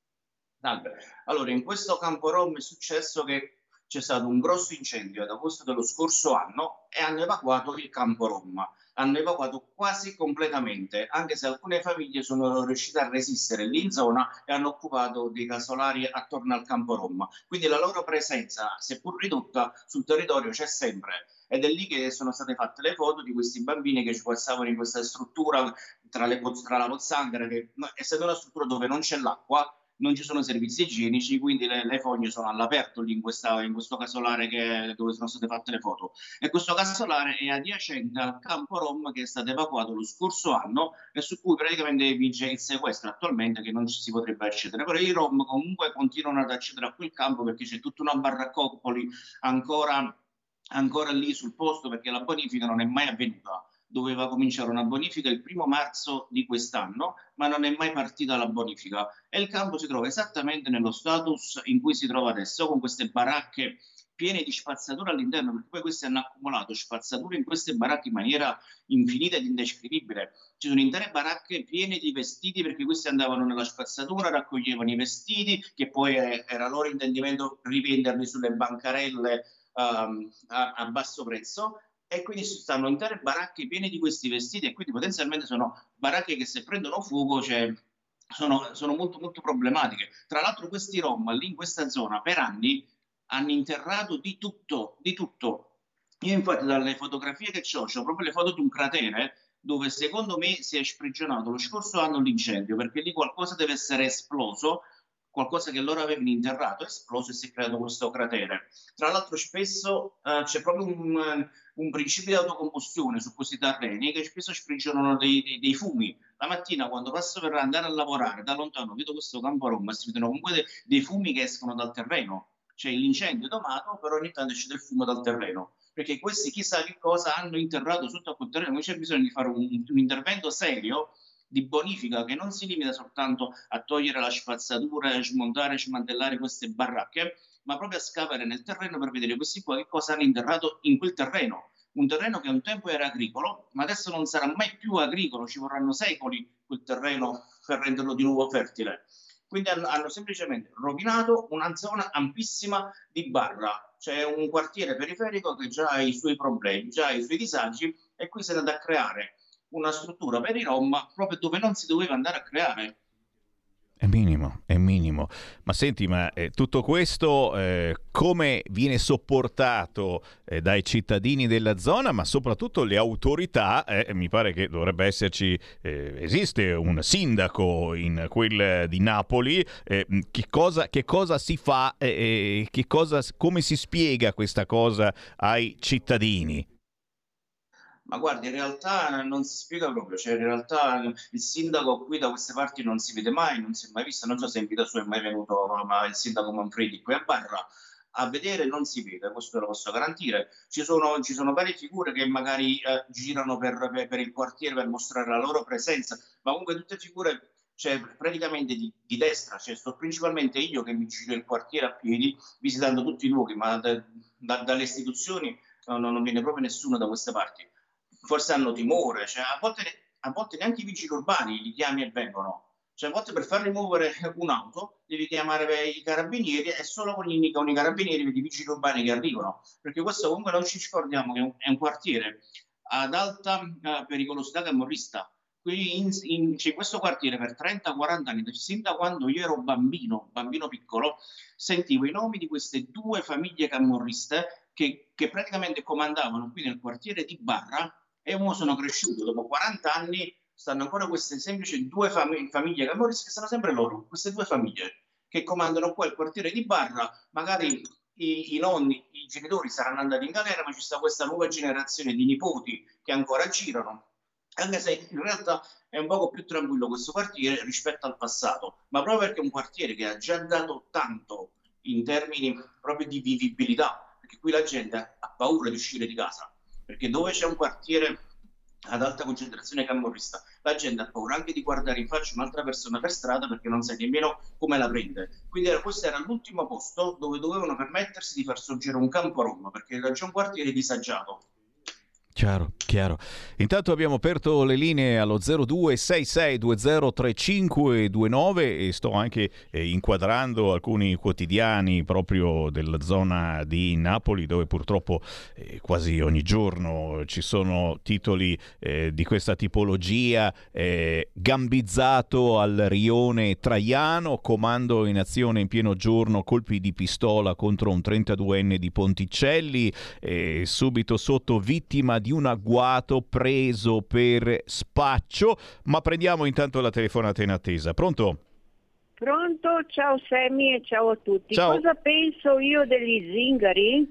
Salve. Allora, in questo campo rom è successo che c'è stato un grosso incendio ad agosto dello scorso anno e hanno evacuato il campo rom. Hanno evacuato quasi completamente, anche se alcune famiglie sono riuscite a resistere lì in zona e hanno occupato dei casolari attorno al campo rom. Quindi la loro presenza, seppur ridotta, sul territorio c'è sempre. Ed è lì che sono state fatte le foto di questi bambini che ci passavano in questa struttura tra, le, tra la pozzanghera, che essendo una struttura dove non c'è l'acqua, non ci sono servizi igienici, quindi le, le fogne sono all'aperto lì in, questa, in questo casolare che, dove sono state fatte le foto. E questo casolare è adiacente al campo rom che è stato evacuato lo scorso anno e su cui praticamente vige il sequestro attualmente, che non ci si potrebbe accedere. Però i rom comunque continuano ad accedere a quel campo perché c'è tutta una baraccopoli ancora, ancora lì sul posto, perché la bonifica non è mai avvenuta. Doveva cominciare una bonifica il primo marzo di quest'anno, ma non è mai partita la bonifica. E il campo si trova esattamente nello status in cui si trova adesso, con queste baracche piene di spazzatura all'interno, perché poi questi hanno accumulato spazzature in queste baracche in maniera infinita ed indescrivibile. Ci sono intere baracche piene di vestiti, perché questi andavano nella spazzatura, raccoglievano i vestiti, che poi era loro intendimento rivenderli sulle bancarelle um, a, a basso prezzo. E quindi ci stanno intere baracche piene di questi vestiti e quindi potenzialmente sono baracche che se prendono fuoco, cioè, sono, sono molto molto problematiche. Tra l'altro questi rom lì in questa zona per anni hanno interrato di tutto, di tutto. Io infatti dalle fotografie che ho, ho proprio le foto di un cratere dove secondo me si è sprigionato lo scorso anno l'incendio, perché lì qualcosa deve essere esploso, qualcosa che loro avevano interrato, è esploso e si è creato questo cratere. Tra l'altro spesso uh, c'è proprio un, un principio di autocombustione su questi terreni che spesso sprigionano dei, dei, dei fumi. La mattina quando passo per andare a lavorare da lontano vedo questo campo rom, si vedono comunque dei, dei fumi che escono dal terreno. C'è l'incendio domato, però ogni tanto esce del fumo dal terreno. Perché questi chissà che cosa hanno interrato sotto a quel terreno, quindi c'è bisogno di fare un, un intervento serio di bonifica che non si limita soltanto a togliere la spazzatura, a smontare e smantellare queste baracche, ma proprio a scavare nel terreno per vedere questi qua che cosa hanno interrato in quel terreno. Un terreno che un tempo era agricolo, ma adesso non sarà mai più agricolo, ci vorranno secoli quel terreno per renderlo di nuovo fertile. Quindi hanno, hanno semplicemente rovinato una zona ampissima di barra, c'è un quartiere periferico che già ha i suoi problemi, già ha i suoi disagi, e qui si è andato a creare una struttura per i rom proprio dove non si doveva andare a creare. È minimo, è minimo. Ma senti, ma eh, tutto questo eh, come viene sopportato eh, dai cittadini della zona, ma soprattutto le autorità? Eh, mi pare che dovrebbe esserci, eh, esiste un sindaco in quel di Napoli. Eh, che cosa, che cosa si fa? Eh, che cosa, come si spiega questa cosa ai cittadini? Ma guardi, in realtà non si spiega proprio, cioè in realtà il sindaco qui da queste parti non si vede mai, non si è mai visto, non so se in vita sua è mai venuto, ma il sindaco Manfredi qui a Barra a vedere non si vede, questo lo posso garantire. Ci sono, ci sono varie figure che magari eh, girano per, per, per il quartiere per mostrare la loro presenza, ma comunque tutte figure, cioè, praticamente di, di destra, cioè sto principalmente io che mi giro il quartiere a piedi visitando tutti i luoghi, ma da, da, dalle istituzioni no, non viene proprio nessuno da queste parti. Forse hanno timore, cioè a volte, a volte neanche i vigili urbani li chiami e vengono, cioè a volte per far rimuovere un'auto devi chiamare i carabinieri e solo con i, con i carabinieri vedi i vigili urbani che arrivano, perché questo comunque non ci scordiamo che è un, è un quartiere ad alta uh, pericolosità camorrista. Qui in, in, c'è questo quartiere per trenta quaranta anni, sin da quando io ero bambino, bambino piccolo, sentivo i nomi di queste due famiglie camorriste che, che praticamente comandavano qui nel quartiere di Barra. E ora sono cresciuto, dopo quaranta anni stanno ancora queste semplici due fam- famiglie camorriste che sono sempre loro, queste due famiglie che comandano qua il quartiere di Barra. Magari i, i nonni, i genitori saranno andati in galera, ma ci sta questa nuova generazione di nipoti che ancora girano anche se in realtà è un poco più tranquillo questo quartiere rispetto al passato, ma proprio perché è un quartiere che ha già dato tanto in termini proprio di vivibilità, perché qui la gente ha paura di uscire di casa, perché dove c'è un quartiere ad alta concentrazione camorrista, la gente ha paura anche di guardare in faccia un'altra persona per strada perché non sai nemmeno come la prende. Quindi era, questo era l'ultimo posto dove dovevano permettersi di far sorgere un campo Rom, perché era già un quartiere disagiato. Chiaro, chiaro. Intanto abbiamo aperto le linee allo zero due sei sei due zero tre cinque due nove e sto anche eh, inquadrando alcuni quotidiani proprio della zona di Napoli, dove purtroppo eh, quasi ogni giorno ci sono titoli eh, di questa tipologia: eh, gambizzato al rione Traiano, comando in azione in pieno giorno, colpi di pistola contro un trentaduenne di Ponticelli, eh, subito sotto vittima di un agguato preso per spaccio. Ma prendiamo intanto la telefonata in attesa. Pronto? Pronto, ciao Sammy e ciao a tutti. Ciao. Cosa penso io degli zingari?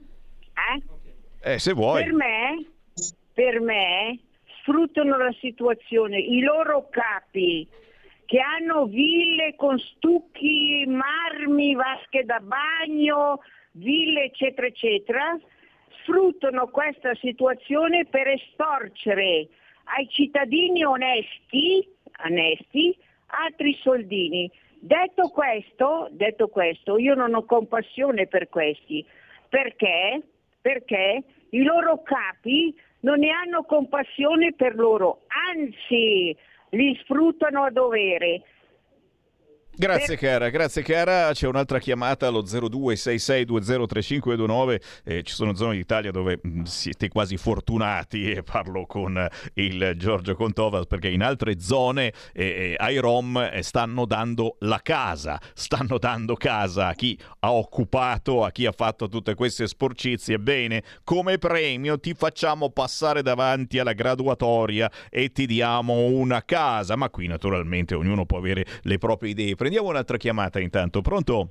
Eh? Eh, se vuoi. Per me, per me sfruttano la situazione, i loro capi che hanno ville con stucchi, marmi, vasche da bagno, ville eccetera eccetera, sfruttano questa situazione per estorcere ai cittadini onesti, onesti altri soldini. Detto questo, detto questo, io non ho compassione per questi, perché, perché i loro capi non ne hanno compassione per loro, anzi li sfruttano a dovere. Grazie cara, grazie cara. C'è un'altra chiamata allo zero due sei sei due zero tre cinque due nove. Eh, ci sono zone d'Italia dove mh, siete quasi fortunati, e parlo con il Giorgio Contovas, perché in altre zone eh, ai Rom eh, stanno dando la casa, stanno dando casa a chi ha occupato, a chi ha fatto tutte queste sporcizie. Bene, come premio ti facciamo passare davanti alla graduatoria e ti diamo una casa. Ma qui naturalmente ognuno può avere le proprie idee. Prendiamo un'altra chiamata intanto. Pronto?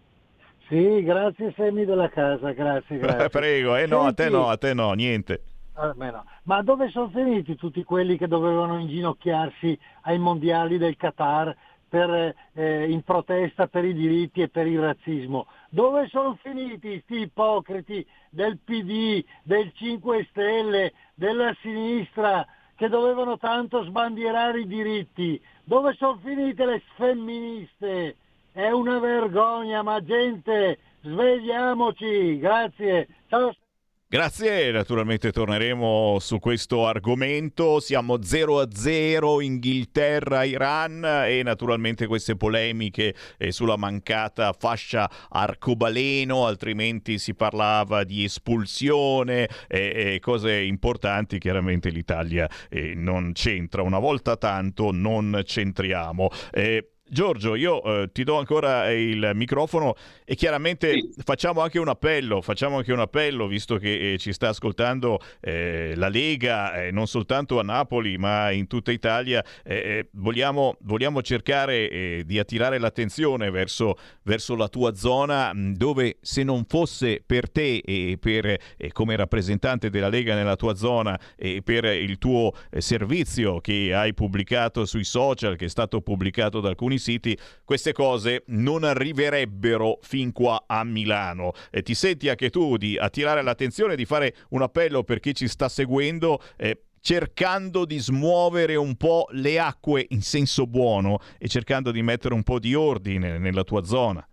Sì, grazie Semi della casa, grazie, grazie. Prego, eh no, Senti, a te no, a te no, niente. Ah, beh, no. Ma dove sono finiti tutti quelli che dovevano inginocchiarsi ai mondiali del Qatar per, eh, in protesta per i diritti e per il razzismo? Dove sono finiti sti ipocriti del P D, del cinque Stelle, della sinistra, che dovevano tanto sbandierare i diritti? Dove sono finite le femministe? È una vergogna, ma gente, svegliamoci. Grazie. Ciao. Grazie, naturalmente torneremo su questo argomento. Siamo zero a zero Inghilterra-Iran e naturalmente queste polemiche eh, sulla mancata fascia arcobaleno, altrimenti si parlava di espulsione e eh, cose importanti. Chiaramente l'Italia eh, non c'entra, una volta tanto non c'entriamo. Eh, Giorgio, io eh, ti do ancora il microfono e chiaramente sì. facciamo anche un appello, facciamo anche un appello, visto che eh, ci sta ascoltando eh, la Lega, eh, non soltanto a Napoli ma in tutta Italia. Eh, vogliamo, vogliamo cercare eh, di attirare l'attenzione verso, verso la tua zona, dove se non fosse per te e per eh, come rappresentante della Lega nella tua zona e per il tuo eh, servizio che hai pubblicato sui social, che è stato pubblicato da alcuni siti, queste cose non arriverebbero fin qua a Milano. E ti senti anche tu di attirare l'attenzione, di fare un appello per chi ci sta seguendo, eh, cercando di smuovere un po' le acque in senso buono e cercando di mettere un po' di ordine nella tua zona?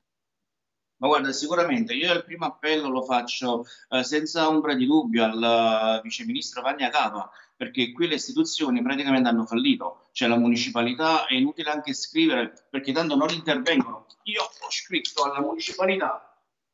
Ma guarda, sicuramente io il primo appello lo faccio eh, senza ombra di dubbio al uh, viceministro Vannia Capa, perché qui le istituzioni praticamente hanno fallito, cioè la municipalità è inutile anche scrivere perché tanto non intervengono. Io ho scritto alla municipalità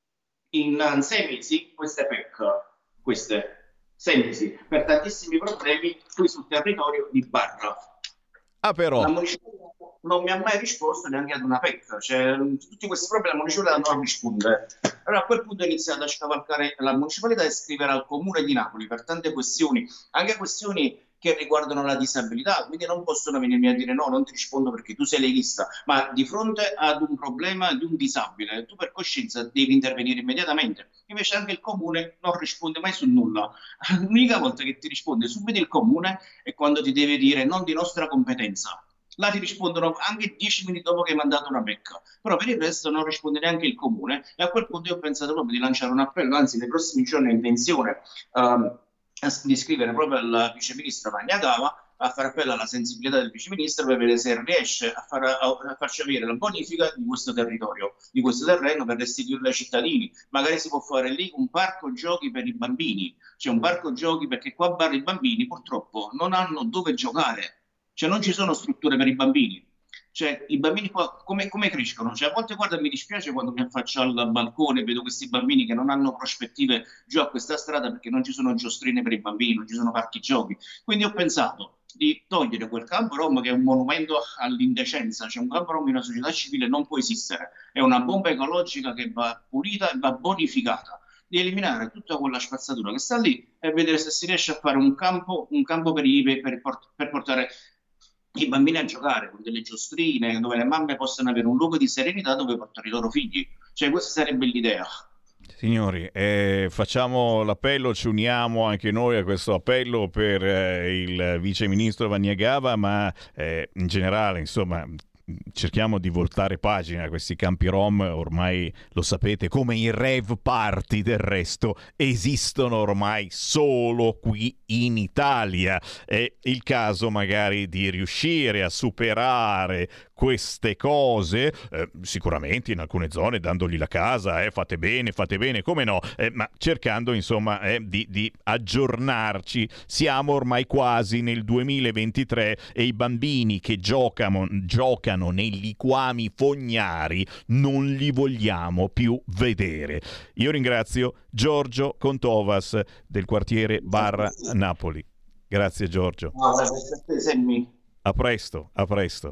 in uh, sei mesi queste P E C, queste sei mesi, per tantissimi problemi qui sul territorio di Barra. Ah, però. La municipalità non mi ha mai risposto neanche ad una P E C, cioè tutti questi problemi la municipalità non risponde. Allora a quel punto ho iniziato a scavalcare la municipalità e scrivere al comune di Napoli per tante questioni, anche questioni che riguardano la disabilità, quindi non possono venirmi a dire no, non ti rispondo perché tu sei leghista, ma di fronte ad un problema di un disabile, tu per coscienza devi intervenire immediatamente. Invece anche il comune non risponde mai su nulla. L'unica volta che ti risponde subito il comune è quando ti deve dire non di nostra competenza. Là ti rispondono anche dieci minuti dopo che hai mandato una becca, però per il resto non risponde neanche il comune, e a quel punto io ho pensato proprio di lanciare un appello, anzi nei prossimi giorni ho intenzione um, di scrivere proprio al viceministro Maniagava a fare appello alla sensibilità del viceministro per vedere se riesce a, far, a, a farci avere la bonifica di questo territorio, di questo terreno, per restituirlo ai cittadini. Magari si può fare lì un parco giochi per i bambini, cioè un parco giochi, perché qua a Barra i bambini purtroppo non hanno dove giocare. Cioè non ci sono strutture per i bambini, cioè i bambini qua come, come crescono? Cioè a volte guarda mi dispiace quando mi affaccio al balcone e vedo questi bambini che non hanno prospettive giù a questa strada perché non ci sono giostrine per i bambini, non ci sono parchi giochi. Quindi ho pensato di togliere quel campo rom che è un monumento all'indecenza, cioè un campo rom in una società civile non può esistere, è una bomba ecologica che va pulita e va bonificata, di eliminare tutta quella spazzatura che sta lì e vedere se si riesce a fare un campo, un campo per, i, per, per portare i bambini a giocare con delle giostrine, dove le mamme possano avere un luogo di serenità dove portare i loro figli. Cioè questa sarebbe l'idea. Signori, eh, facciamo l'appello, ci uniamo anche noi a questo appello per eh, il vice ministro Maniagava, ma eh, in generale, insomma, cerchiamo di voltare pagina. Questi campi rom ormai lo sapete, come i rave party del resto, esistono ormai solo qui in Italia. È il caso magari di riuscire a superare queste cose, eh, sicuramente in alcune zone dandogli la casa, eh, fate bene, fate bene, come no, eh, ma cercando insomma eh, di, di aggiornarci. Siamo ormai quasi nel duemilaventitré e i bambini che giocano, giocano nei liquami fognari non li vogliamo più vedere. Io ringrazio Giorgio Contovas del quartiere Barra Napoli. Grazie Giorgio. No, te, Semmi. A presto, a presto.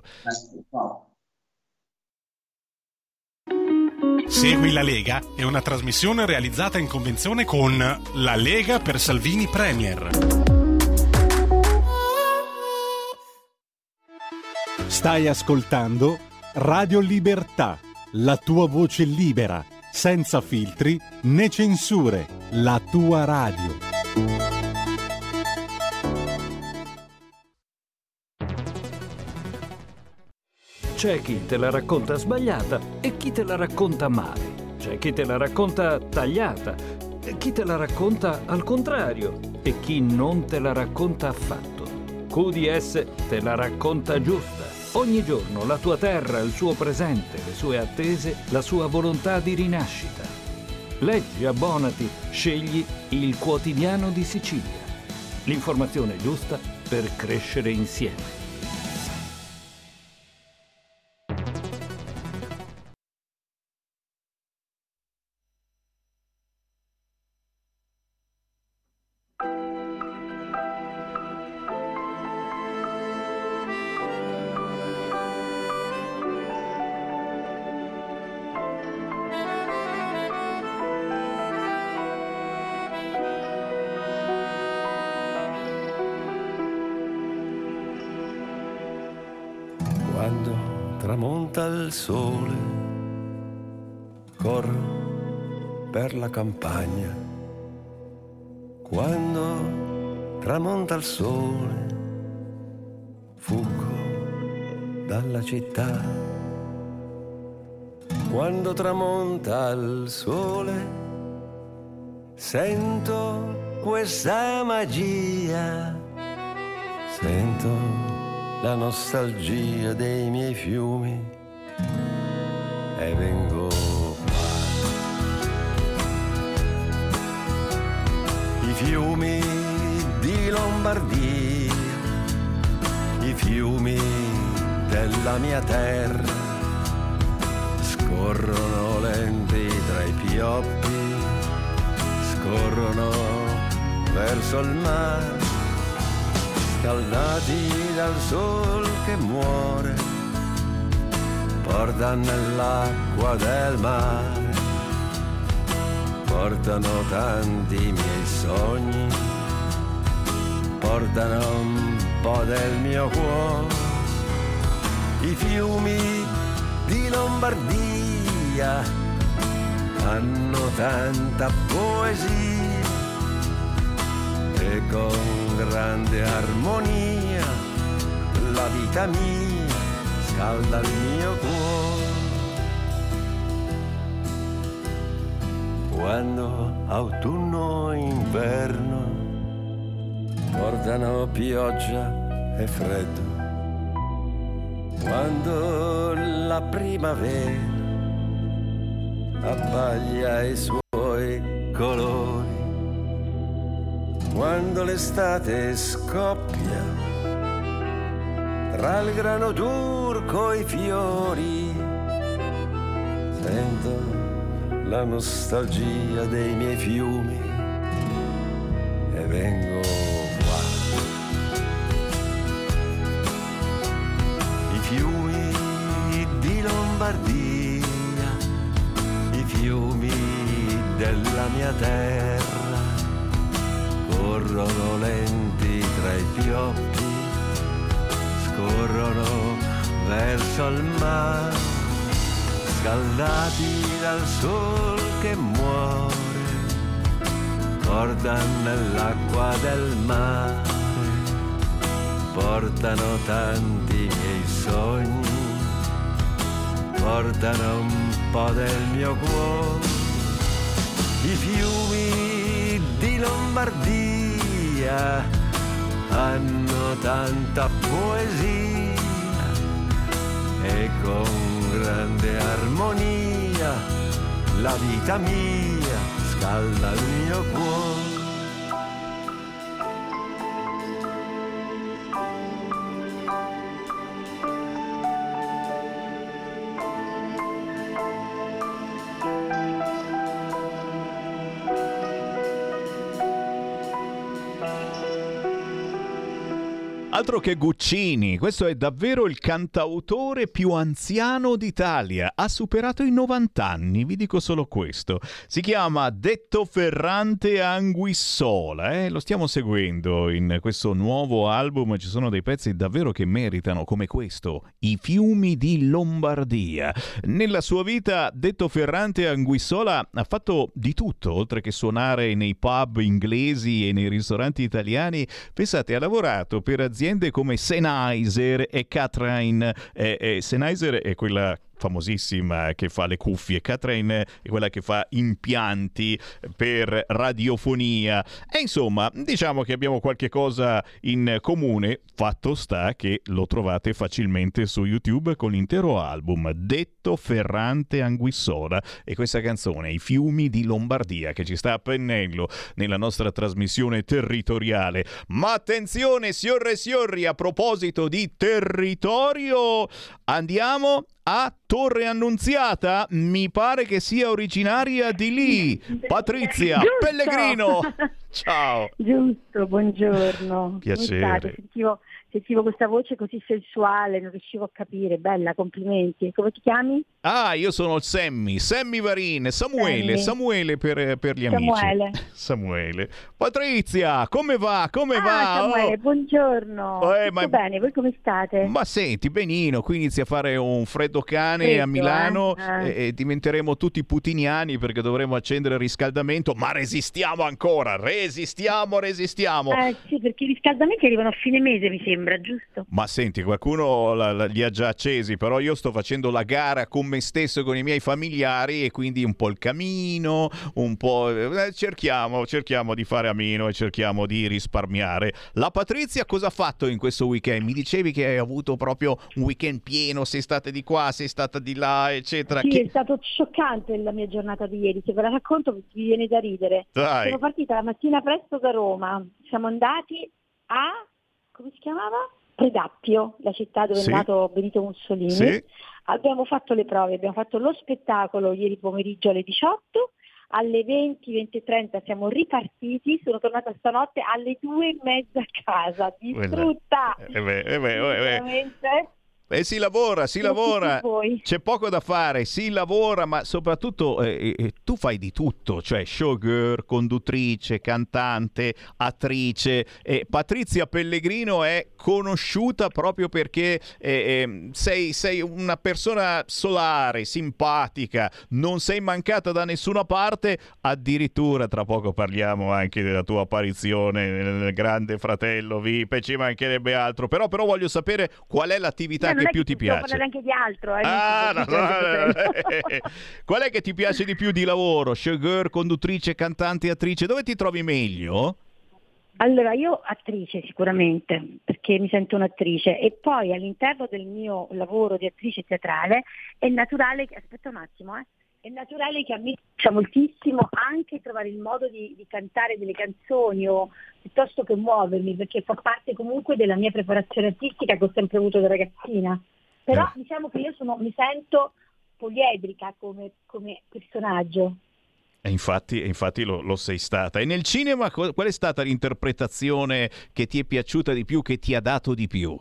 Segui la Lega è una trasmissione realizzata in convenzione con La Lega per Salvini Premier. Stai ascoltando Radio Libertà, la tua voce libera, senza filtri né censure, la tua radio. C'è chi te la racconta sbagliata e chi te la racconta male. C'è chi te la racconta tagliata e chi te la racconta al contrario e chi non te la racconta affatto. Q D S te la racconta giusta. Ogni giorno la tua terra, il suo presente, le sue attese, la sua volontà di rinascita. Leggi, abbonati, scegli il Quotidiano di Sicilia. L'informazione giusta per crescere insieme. Quando tramonta il sole, corro per la campagna. Quando tramonta il sole, fuggo dalla città. Quando tramonta il sole, sento questa magia, sento la nostalgia dei miei fiumi e vengo qua. I fiumi di Lombardia, i fiumi della mia terra, scorrono lenti tra i pioppi, scorrono verso il mare, scaldati dal sol che muore, portano nell'acqua del mare, portano tanti miei sogni portano un po' del mio cuore. I fiumi di Lombardia hanno tanta poesia e con grande armonia la vita mia scalda il mio cuore. Quando autunno e inverno portano pioggia e freddo, quando la primavera abbaglia i suoi colori, quando l'estate scoppia tra il grano turco e i fiori, sento la nostalgia dei miei fiumi e vengo qua. I fiumi di Lombardia, i fiumi della mia terra, corrono lenti tra i pioppi, scorrono verso il mare, scaldati dal sol che muore, cordan nell'acqua del mare, portano tanti miei sogni, portano un po' del mio cuore. I fiumi di Lombardia hanno tanta poesia e con grande armonia la vita mia scalda il mio cuore. Altro che Guccini, questo è davvero il cantautore più anziano d'Italia, ha superato i novanta anni, vi dico solo questo. Si chiama Detto Ferrante Anguissola, eh? Lo stiamo seguendo in questo nuovo album, ci sono dei pezzi davvero che meritano, come questo, I fiumi di Lombardia. Nella sua vita Detto Ferrante Anguissola ha fatto di tutto, oltre che suonare nei pub inglesi e nei ristoranti italiani. Pensate, ha lavorato per aziende come Sennheiser e Kathrein. Eh, eh, Sennheiser è quella famosissima che fa le cuffie, Kathrein è quella che fa impianti per radiofonia, e insomma diciamo che abbiamo qualche cosa in comune. Fatto sta che lo trovate facilmente su YouTube con l'intero album Detto Ferrante Anguissola e questa canzone I fiumi di Lombardia, che ci sta a pennello nella nostra trasmissione territoriale. Ma attenzione signore e signori, a proposito di territorio, andiamo a Torre Annunziata, mi pare che sia originaria di lì. Patrizia Giusto. Pellegrino, ciao. Giusto, buongiorno. Piacere. Come state? Sentivo, sentivo questa voce così sensuale, non riuscivo a capire. Bella, complimenti. Come ti chiami? Ah, io sono il Sammy, Sammy Varin, Samuele, Sammy. Samuele per, per gli Samuele. amici. Samuele. Patrizia, come va? Come ah, va? Samuele, Oh. buongiorno. Eh, Tutto ma- bene, voi come state? Ma senti, benino, qui inizia a fare un freddo cane Freddo, a Milano eh? e, e diventeremo tutti putiniani perché dovremo accendere il riscaldamento, ma resistiamo ancora, resistiamo, resistiamo. Eh sì, perché i riscaldamenti arrivano a fine mese, mi sembra, giusto? Ma senti, qualcuno la- la- li ha già accesi, però io sto facendo la gara con me stesso e con i miei familiari e quindi un po' il camino, un po'... eh, cerchiamo, cerchiamo di fare ameno e cerchiamo di risparmiare. La Patrizia cosa ha fatto in questo weekend? Mi dicevi che hai avuto proprio un weekend pieno, sei stata di qua, sei stata di là, eccetera. Sì, Che- è stato scioccante la mia giornata di ieri, se ve la racconto mi viene da ridere. Dai. Sono partita la mattina presto da Roma, siamo andati a, come si chiamava? Predappio, la città dove Sì. è nato Benito Mussolini. Sì. Abbiamo fatto le prove, abbiamo fatto lo spettacolo ieri pomeriggio alle diciotto, alle venti, venti e trenta siamo ripartiti, sono tornata stanotte alle due e mezza a casa, distrutta. Eh beh, eh beh, eh beh. Veramente. Eh, si lavora, si lavora, c'è poco da fare, si lavora, ma soprattutto eh, eh, tu fai di tutto, cioè showgirl, conduttrice, cantante, attrice. Eh, Patrizia Pellegrino è conosciuta proprio perché eh, eh, sei, sei una persona solare, simpatica, non sei mancata da nessuna parte, addirittura tra poco parliamo anche della tua apparizione nel Grande Fratello V I P, ci mancherebbe altro, però, però voglio sapere qual è l'attività No, che non è più che ti piace. parlare anche di altro. Eh, Ah, non no, so, no, no, eh. Qual è che ti piace di più di lavoro? Showgirl, conduttrice, cantante, attrice? Dove ti trovi meglio? Allora, io attrice sicuramente, perché mi sento un'attrice, e poi all'interno del mio lavoro di attrice teatrale è naturale che, aspetta un attimo, eh, è naturale che a me piaccia moltissimo anche trovare il modo di, di cantare delle canzoni o piuttosto che muovermi, perché fa parte comunque della mia preparazione artistica che ho sempre avuto da ragazzina. Però Eh. diciamo che io sono, mi sento poliedrica come, come personaggio. E infatti, e infatti lo, lo sei stata. E nel cinema co- qual è stata l'interpretazione che ti è piaciuta di più, che ti ha dato di più?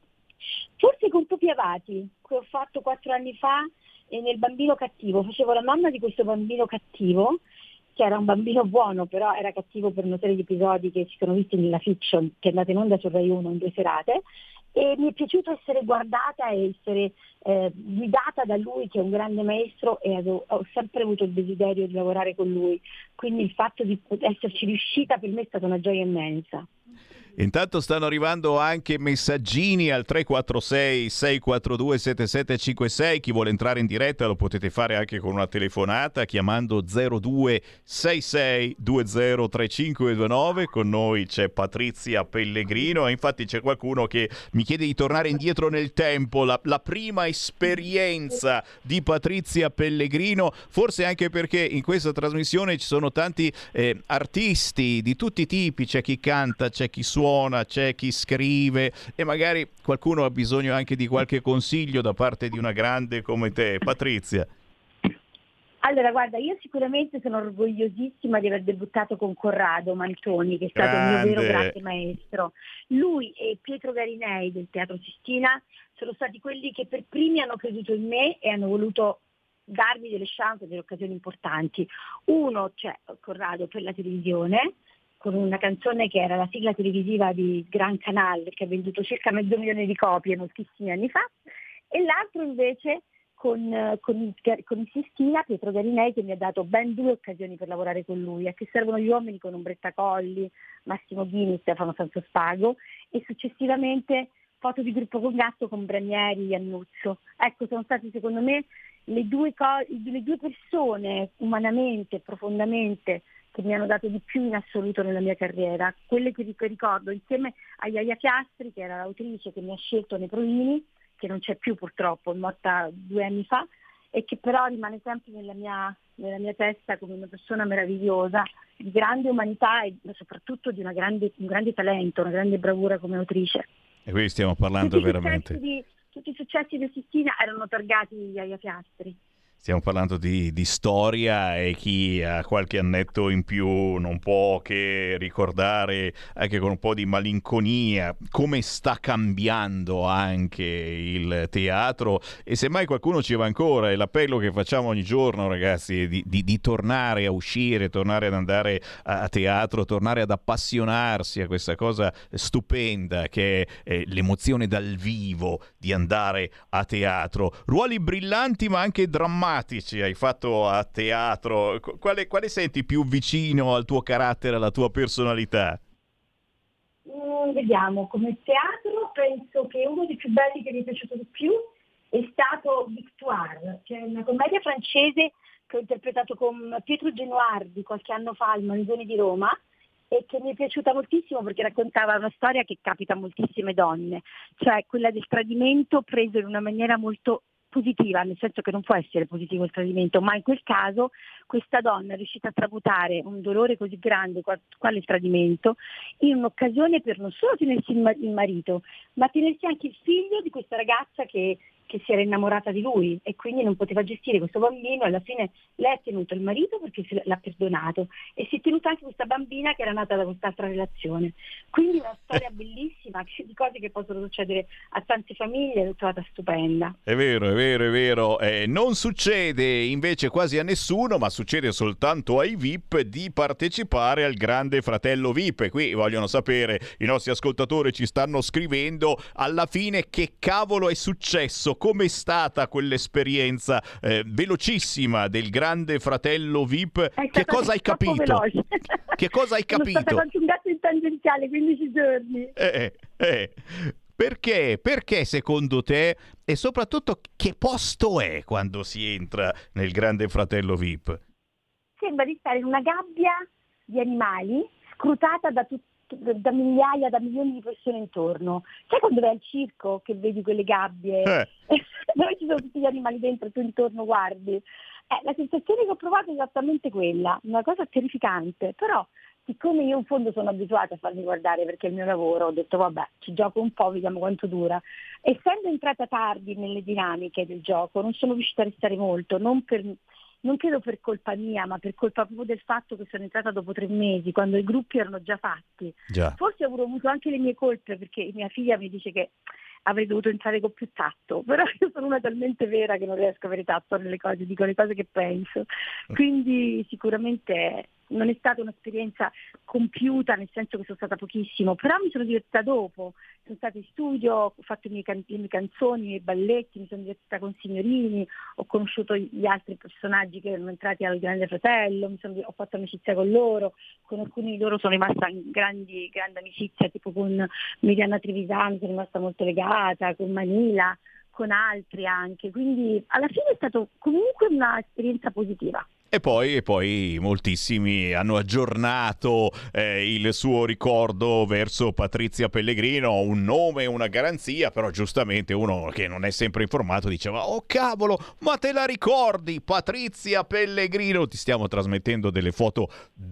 Forse con Pupi Avati, che ho fatto quattro anni fa, e nel Bambino Cattivo. Facevo la mamma di questo bambino cattivo, che era un bambino buono, però era cattivo per una serie di episodi che si sono visti nella fiction, che è andata in onda su Rai uno in due serate, e mi è piaciuto essere guardata e essere eh, guidata da lui, che è un grande maestro, e avevo, ho sempre avuto il desiderio di lavorare con lui, quindi il fatto di esserci riuscita per me è stata una gioia immensa. Intanto stanno arrivando anche messaggini al tre quattro sei sei quattro due sette sette cinque sei. Chi vuole entrare in diretta lo potete fare anche con una telefonata chiamando zero due sei sei due zero tre cinque due nove. Con noi c'è Patrizia Pellegrino e infatti c'è qualcuno che mi chiede di tornare indietro nel tempo, la, la prima esperienza di Patrizia Pellegrino, forse anche perché in questa trasmissione ci sono tanti eh, artisti di tutti i tipi, c'è chi canta, c'è chi suona, c'è chi scrive e magari qualcuno ha bisogno anche di qualche consiglio da parte di una grande come te, Patrizia. Allora, guarda, io sicuramente sono orgogliosissima di aver debuttato con Corrado Mantoni, che è stato Grande. il mio vero grande maestro. Lui e Pietro Garinei del Teatro Sistina sono stati quelli che per primi hanno creduto in me e hanno voluto darmi delle chance, delle occasioni importanti. Uno, cioè Corrado per la televisione, con una canzone che era la sigla televisiva di Gran Canal, che ha venduto circa mezzo milione di copie moltissimi anni fa, e l'altro invece con, con, il, con il Sistina, Pietro Garinei, che mi ha dato ben due occasioni per lavorare con lui. A Che servono gli uomini con Umbretta Colli, Massimo Ghini, Stefano Santospago, e successivamente Foto di gruppo con gatto con Branieri, Iannuzzo. Ecco, sono state secondo me le due, co- le due persone umanamente, profondamente, che mi hanno dato di più in assoluto nella mia carriera, quelle che ricordo insieme a Iaia Piastri, che era l'autrice che mi ha scelto nei Provini, che non c'è più purtroppo, è morta due anni fa, e che però rimane sempre nella mia, nella mia testa come una persona meravigliosa, di grande umanità e soprattutto di una grande, un grande talento, una grande bravura come autrice. E qui stiamo parlando tutti veramente... I di, tutti i successi di Sistina erano targati di Iaia Piastri. Stiamo parlando di, di storia e chi ha qualche annetto in più non può che ricordare anche con un po' di malinconia come sta cambiando anche il teatro e semmai qualcuno ci va ancora, è l'appello che facciamo ogni giorno ragazzi di, di, di tornare a uscire, tornare ad andare a, a teatro, tornare ad appassionarsi a questa cosa stupenda che è eh, l'emozione dal vivo di andare a teatro. Ruoli brillanti ma anche drammatici hai fatto a teatro, quale, quale senti più vicino al tuo carattere, alla tua personalità? Mm, vediamo, come teatro penso che uno dei più belli che mi è piaciuto di più è stato Victoire, che è una commedia francese che ho interpretato con Pietro Genuardi qualche anno fa al Manzoni di Roma e che mi è piaciuta moltissimo perché raccontava una storia che capita a moltissime donne, cioè quella del tradimento preso in una maniera molto positiva, nel senso che non può essere positivo il tradimento, ma in quel caso questa donna è riuscita a tramutare un dolore così grande quale il tradimento in un'occasione per non solo tenersi il marito, ma tenersi anche il figlio di questa ragazza che, che si era innamorata di lui e quindi non poteva gestire questo bambino, e alla fine lei ha tenuto il marito perché se l'ha perdonato e si è tenuta anche questa bambina che era nata da quest'altra relazione. Quindi una storia bellissima di cose che possono succedere a tante famiglie, l'ho trovata stupenda. È vero, è vero, è vero. Eh, non succede invece quasi a nessuno, ma succede soltanto ai V I P di partecipare al Grande Fratello V I P. E qui vogliono sapere, i nostri ascoltatori ci stanno scrivendo, alla fine che cavolo è successo? Com'è stata quell'esperienza eh, velocissima del Grande Fratello V I P? Che cosa hai capito? Che cosa hai capito? Sono stata congiungata in tangenziale quindici giorni. Eh, eh. Perché? Perché secondo te, e soprattutto che posto è quando si entra nel Grande Fratello V I P? Sembra di stare in una gabbia di animali scrutata da tutti, da migliaia, da milioni di persone intorno. Sai quando vai al circo che vedi quelle gabbie? Eh. Dove ci sono tutti gli animali dentro e tu intorno guardi. Eh, la sensazione che ho provato è esattamente quella, una cosa terrificante, però siccome io in fondo sono abituata a farmi guardare perché è il mio lavoro, ho detto vabbè, ci gioco un po', vediamo quanto dura. Essendo entrata tardi nelle dinamiche del gioco, non sono riuscita a restare molto, non per... non credo per colpa mia, ma per colpa proprio del fatto che sono entrata dopo tre mesi, quando i gruppi erano già fatti. Già. Forse ho avuto anche le mie colpe, perché mia figlia mi dice che avrei dovuto entrare con più tatto, però io sono una talmente vera che non riesco a avere tatto nelle cose, dico le cose che penso. Quindi sicuramente non è stata un'esperienza compiuta, nel senso che sono stata pochissimo, però mi sono divertita dopo, sono stata in studio, ho fatto i miei can- le mie canzoni, i miei balletti, mi sono divertita con Signorini, ho conosciuto gli altri personaggi che erano entrati al Grande Fratello, mi sono, ho fatto amicizia con loro, con alcuni di loro sono rimasta in grandi, grande amicizia, tipo con Miriana Trevisani sono rimasta molto legata, con Manila, con altri anche, quindi alla fine è stata comunque un'esperienza positiva. E poi, e poi moltissimi hanno aggiornato eh, il suo ricordo verso Patrizia Pellegrino, un nome, una garanzia, però giustamente uno che non è sempre informato diceva oh cavolo, ma te la ricordi Patrizia Pellegrino? Ti stiamo trasmettendo delle foto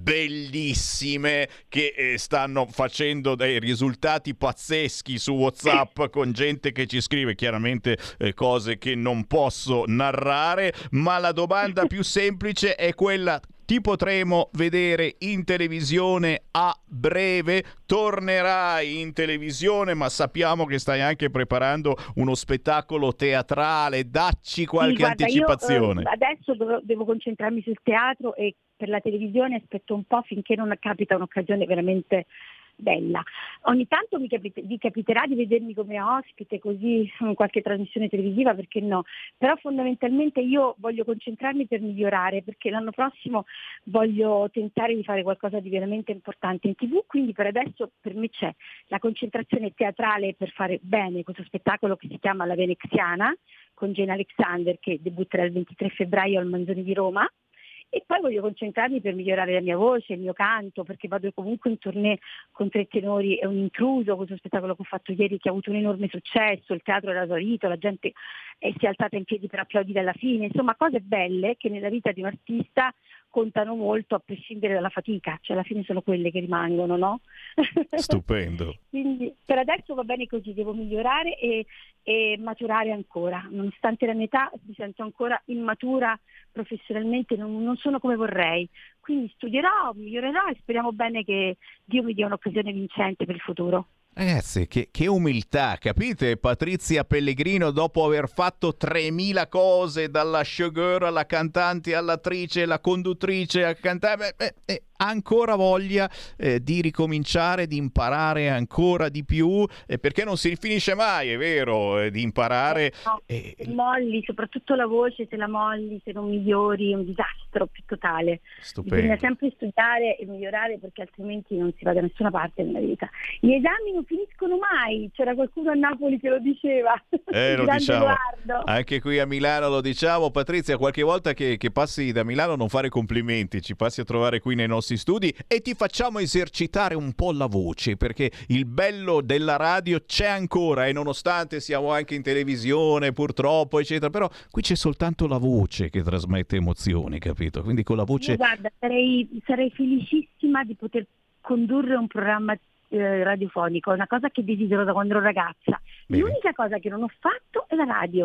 bellissime che eh, stanno facendo dei risultati pazzeschi su WhatsApp con gente che ci scrive chiaramente eh, cose che non posso narrare, ma la domanda più semplice è quella: ti potremo vedere in televisione a breve? Tornerai in televisione, ma sappiamo che stai anche preparando uno spettacolo teatrale, dacci qualche sì, guarda, anticipazione. Io, eh, adesso devo, devo concentrarmi sul teatro e per la televisione aspetto un po' finché non capita un'occasione veramente bella. Ogni tanto mi, capite, vi capiterà di vedermi come ospite così in qualche trasmissione televisiva, perché no, però fondamentalmente io voglio concentrarmi per migliorare, perché l'anno prossimo voglio tentare di fare qualcosa di veramente importante in tivù, quindi per adesso per me c'è la concentrazione teatrale per fare bene questo spettacolo che si chiama La Veneziana con Jane Alexander, che debutterà il ventitré febbraio al Manzoni di Roma. E poi voglio concentrarmi per migliorare la mia voce, il mio canto, perché vado comunque in tournée con Tre Tenori e un Intruso, questo spettacolo che ho fatto ieri che ha avuto un enorme successo, il teatro era esaurito, la gente eh, si è alzata in piedi per applaudire alla fine, insomma cose belle che nella vita di un artista contano molto a prescindere dalla fatica, cioè alla fine sono quelle che rimangono, no? Stupendo. Quindi per adesso va bene così, devo migliorare e, e maturare ancora, nonostante la mia età mi sento ancora immatura professionalmente, non, non sono come vorrei, quindi studierò, migliorerò e speriamo bene che Dio mi dia un'occasione vincente per il futuro. Ragazzi, che, che umiltà, capite? Patrizia Pellegrino, dopo aver fatto tremila cose, dalla showgirl alla cantante, all'attrice, alla conduttrice, a cantare, beh, beh, ha ancora voglia eh, di ricominciare, di imparare ancora di più, eh, perché non si finisce mai, è vero, eh, di imparare. No, eh, se molli, soprattutto la voce, se la molli, se non migliori, è un disastro più totale. Stupendo. Bisogna sempre studiare e migliorare, perché altrimenti non si va da nessuna parte nella vita. Gli esami non finiscono mai, c'era qualcuno a Napoli che lo diceva. Eh, lo diciamo. Edoardo. Anche qui a Milano lo diciamo. Patrizia, qualche volta che, che passi da Milano non fare complimenti, ci passi a trovare qui nei nostri studi e ti facciamo esercitare un po' la voce, perché il bello della radio c'è ancora, e nonostante siamo anche in televisione purtroppo eccetera, però qui c'è soltanto la voce che trasmette emozioni, capito? Quindi con la voce. Io, guarda, sarei, sarei felicissima di poter condurre un programma eh, radiofonico, è una cosa che desidero da quando ero ragazza. Bene. L'unica cosa che non ho fatto è la radio,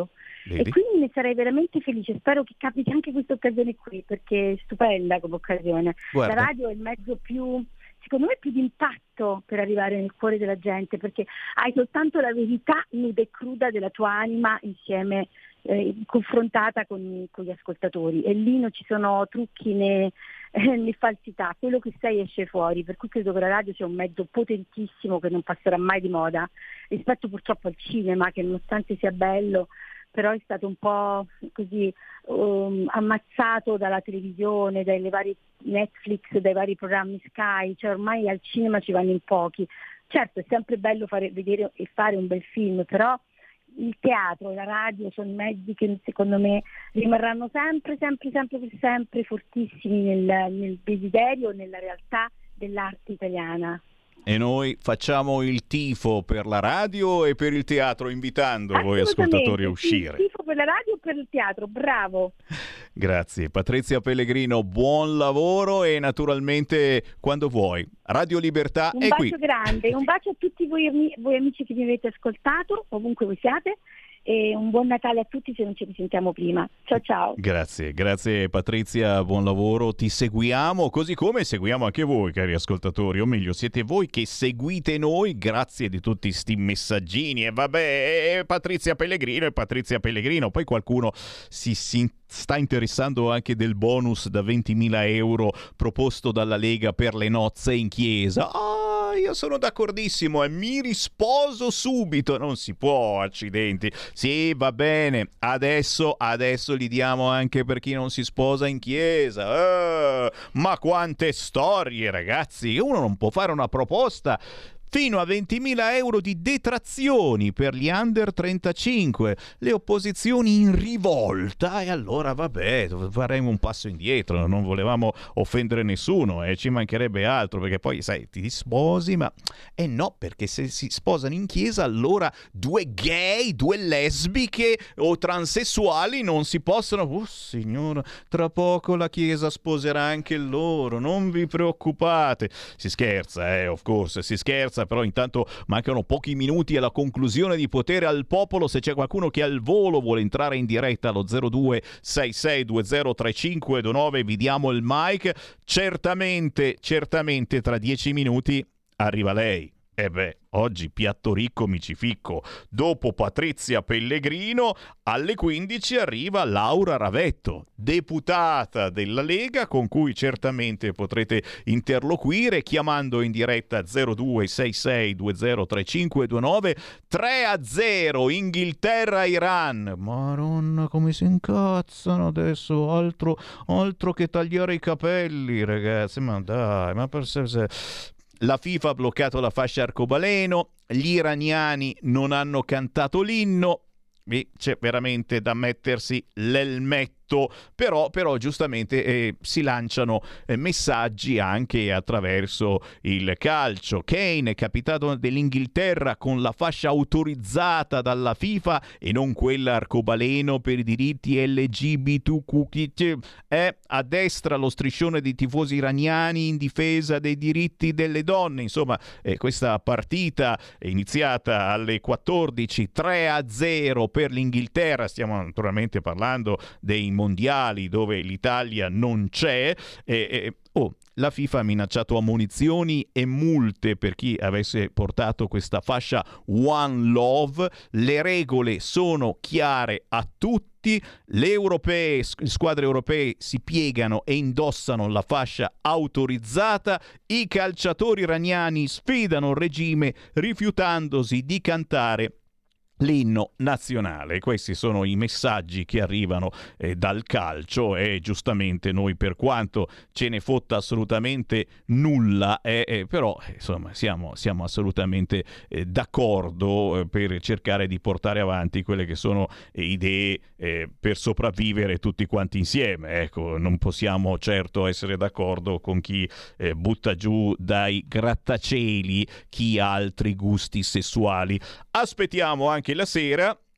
Vedi? E quindi ne sarei veramente felice. Spero che capiti anche questa occasione qui, perché è stupenda come occasione. Guarda. La radio è il mezzo più, secondo me, più di impatto per arrivare nel cuore della gente, perché hai soltanto la verità nuda e cruda della tua anima insieme, eh, confrontata con, con gli ascoltatori, e lì non ci sono trucchi né, eh, né falsità, quello che sei esce fuori, per cui credo che la radio sia un mezzo potentissimo che non passerà mai di moda, rispetto purtroppo al cinema, che nonostante sia bello però è stato un po' così um, ammazzato dalla televisione, dalle varie Netflix, dai vari programmi Sky, cioè ormai al cinema ci vanno in pochi. Certo, è sempre bello fare, vedere e fare un bel film, però il teatro e la radio sono i mezzi che secondo me rimarranno sempre, sempre, sempre per sempre fortissimi nel, nel desiderio e nella realtà dell'arte italiana. E noi facciamo il tifo per la radio e per il teatro, invitando voi ascoltatori a uscire. Il tifo per la radio e per il teatro, bravo. Grazie. Patrizia Pellegrino, buon lavoro e naturalmente quando vuoi. Radio Libertà un è qui. Un bacio grande, un bacio a tutti voi, ami- voi amici che mi avete ascoltato, ovunque voi siate, e un buon Natale a tutti se non ci risentiamo prima. Ciao ciao. Grazie, grazie Patrizia, buon lavoro, ti seguiamo così come seguiamo anche voi cari ascoltatori, o meglio siete voi che seguite noi, grazie di tutti sti messaggini. E vabbè, è Patrizia Pellegrino e Patrizia Pellegrino, poi qualcuno si, si sta interessando anche del bonus da ventimila euro proposto dalla Lega per le nozze in chiesa. Ah, io sono d'accordissimo e mi risposo subito. Non si può, accidenti. Sì, va bene, adesso, adesso li diamo anche per chi non si sposa in chiesa. Eh, ma quante storie, ragazzi. Uno non può fare una proposta fino a ventimila euro di detrazioni per gli under trentacinque, le opposizioni in rivolta, e allora vabbè, faremo un passo indietro, non volevamo offendere nessuno e eh, ci mancherebbe altro, perché poi sai, ti sposi, ma eh no, perché se si sposano in chiesa allora due gay, due lesbiche o transessuali non si possono. Oh signora, tra poco la chiesa sposerà anche loro, non vi preoccupate. Si scherza, eh, of course, si scherza. Però intanto mancano pochi minuti alla conclusione di Potere al Popolo. Se c'è qualcuno che al volo vuole entrare in diretta allo zero due sei sei due zero tre cinque due nove vi diamo il mic. Certamente, certamente tra dieci minuti arriva lei. E beh, oggi piatto ricco mi ci ficco. Dopo Patrizia Pellegrino alle quindici arriva Laura Ravetto, deputata della Lega, con cui certamente potrete interloquire chiamando in diretta zero due sei sei due zero tre cinque due nove. Tre a zero Inghilterra-Iran. Madonna come si incazzano adesso, altro, altro che tagliare i capelli, ragazzi, ma dai, ma per se... se... La FIFA ha bloccato la fascia arcobaleno, gli iraniani non hanno cantato l'inno, e c'è veramente da mettersi l'elmetto. Però, però giustamente eh, si lanciano eh, messaggi anche attraverso il calcio. Kane è capitano dell'Inghilterra con la fascia autorizzata dalla FIFA e non quella arcobaleno per i diritti L G B T Q. È a destra lo striscione dei tifosi iraniani in difesa dei diritti delle donne. Insomma, eh, questa partita è iniziata alle quattordici, tre a zero per l'Inghilterra. Stiamo naturalmente parlando dei mondiali dove l'Italia non c'è. E, e, oh, la FIFA ha minacciato ammonizioni e multe per chi avesse portato questa fascia One Love. Le regole sono chiare a tutti. Le europee, le squadre europee si piegano e indossano la fascia autorizzata. I calciatori iraniani sfidano il regime rifiutandosi di cantare l'inno nazionale. Questi sono i messaggi che arrivano eh, dal calcio, e giustamente noi, per quanto ce ne fotta assolutamente nulla, eh, eh, però insomma siamo, siamo assolutamente eh, d'accordo eh, per cercare di portare avanti quelle che sono eh, idee eh, per sopravvivere tutti quanti insieme. Ecco, non possiamo certo essere d'accordo con chi eh, butta giù dai grattacieli chi ha altri gusti sessuali. Aspettiamo anche la sera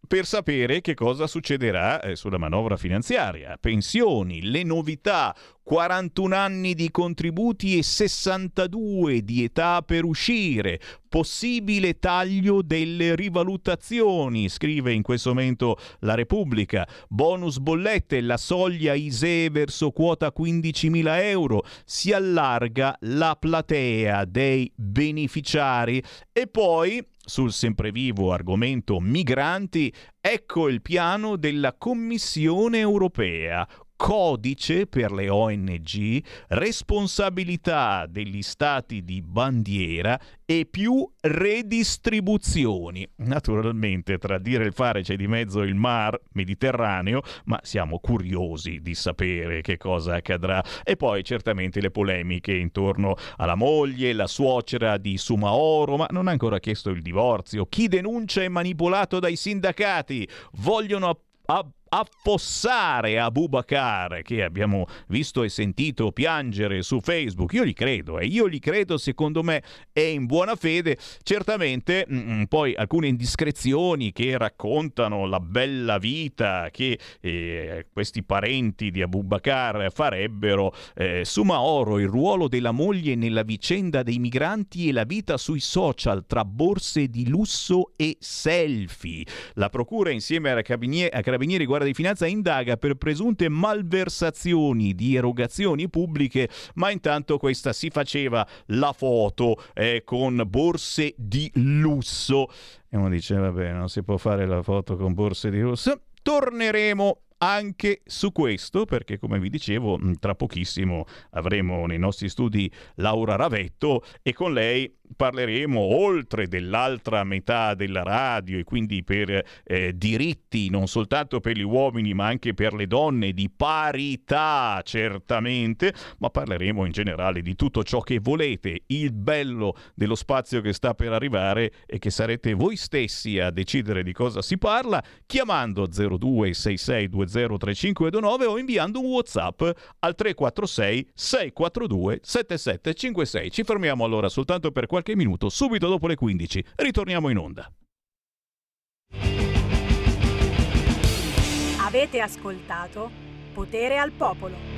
per sapere che cosa succederà eh, sulla manovra finanziaria. Pensioni, le novità, quarantuno anni di contributi e sessantadue di età per uscire, possibile taglio delle rivalutazioni, scrive in questo momento la Repubblica, bonus bollette, la soglia I S E E verso quota quindicimila euro, si allarga la platea dei beneficiari. E poi, sul semprevivo argomento migranti, ecco il piano della Commissione europea. Codice per le O N G, responsabilità degli stati di bandiera e più redistribuzioni. Naturalmente tra dire e il fare c'è di mezzo il mar Mediterraneo, ma siamo curiosi di sapere che cosa accadrà. E poi certamente le polemiche intorno alla moglie, la suocera di Soumahoro, ma non ha ancora chiesto il divorzio. Chi denuncia è manipolato dai sindacati, vogliono app- app- affossare Abubakar, che abbiamo visto e sentito piangere su Facebook. Io gli credo, e eh. io gli credo, secondo me è in buona fede. Certamente mh, poi alcune indiscrezioni che raccontano la bella vita che eh, questi parenti di Abubakar farebbero. eh, Soumahoro, il ruolo della moglie nella vicenda dei migranti e la vita sui social tra borse di lusso e selfie. La procura insieme a carabinieri, a carabinieri Guardia di Finanza indaga per presunte malversazioni di erogazioni pubbliche, ma intanto questa si faceva la foto eh, con borse di lusso. E uno dice, vabbè, non si può fare la foto con borse di lusso. Torneremo anche su questo, perché come vi dicevo tra pochissimo avremo nei nostri studi Laura Ravetto e con lei parleremo, oltre dell'altra metà della radio e quindi per eh, diritti non soltanto per gli uomini ma anche per le donne, di parità certamente, ma parleremo in generale di tutto ciò che volete. Il bello dello spazio che sta per arrivare è che sarete voi stessi a decidere di cosa si parla, chiamando zero due sei sei due zero tre cinque due nove o inviando un WhatsApp al tre quattro sei sei quattro due sette sette cinque sei. Ci fermiamo allora soltanto per qualche minuto, subito dopo le quindici ritorniamo in onda. Avete ascoltato Potere al Popolo.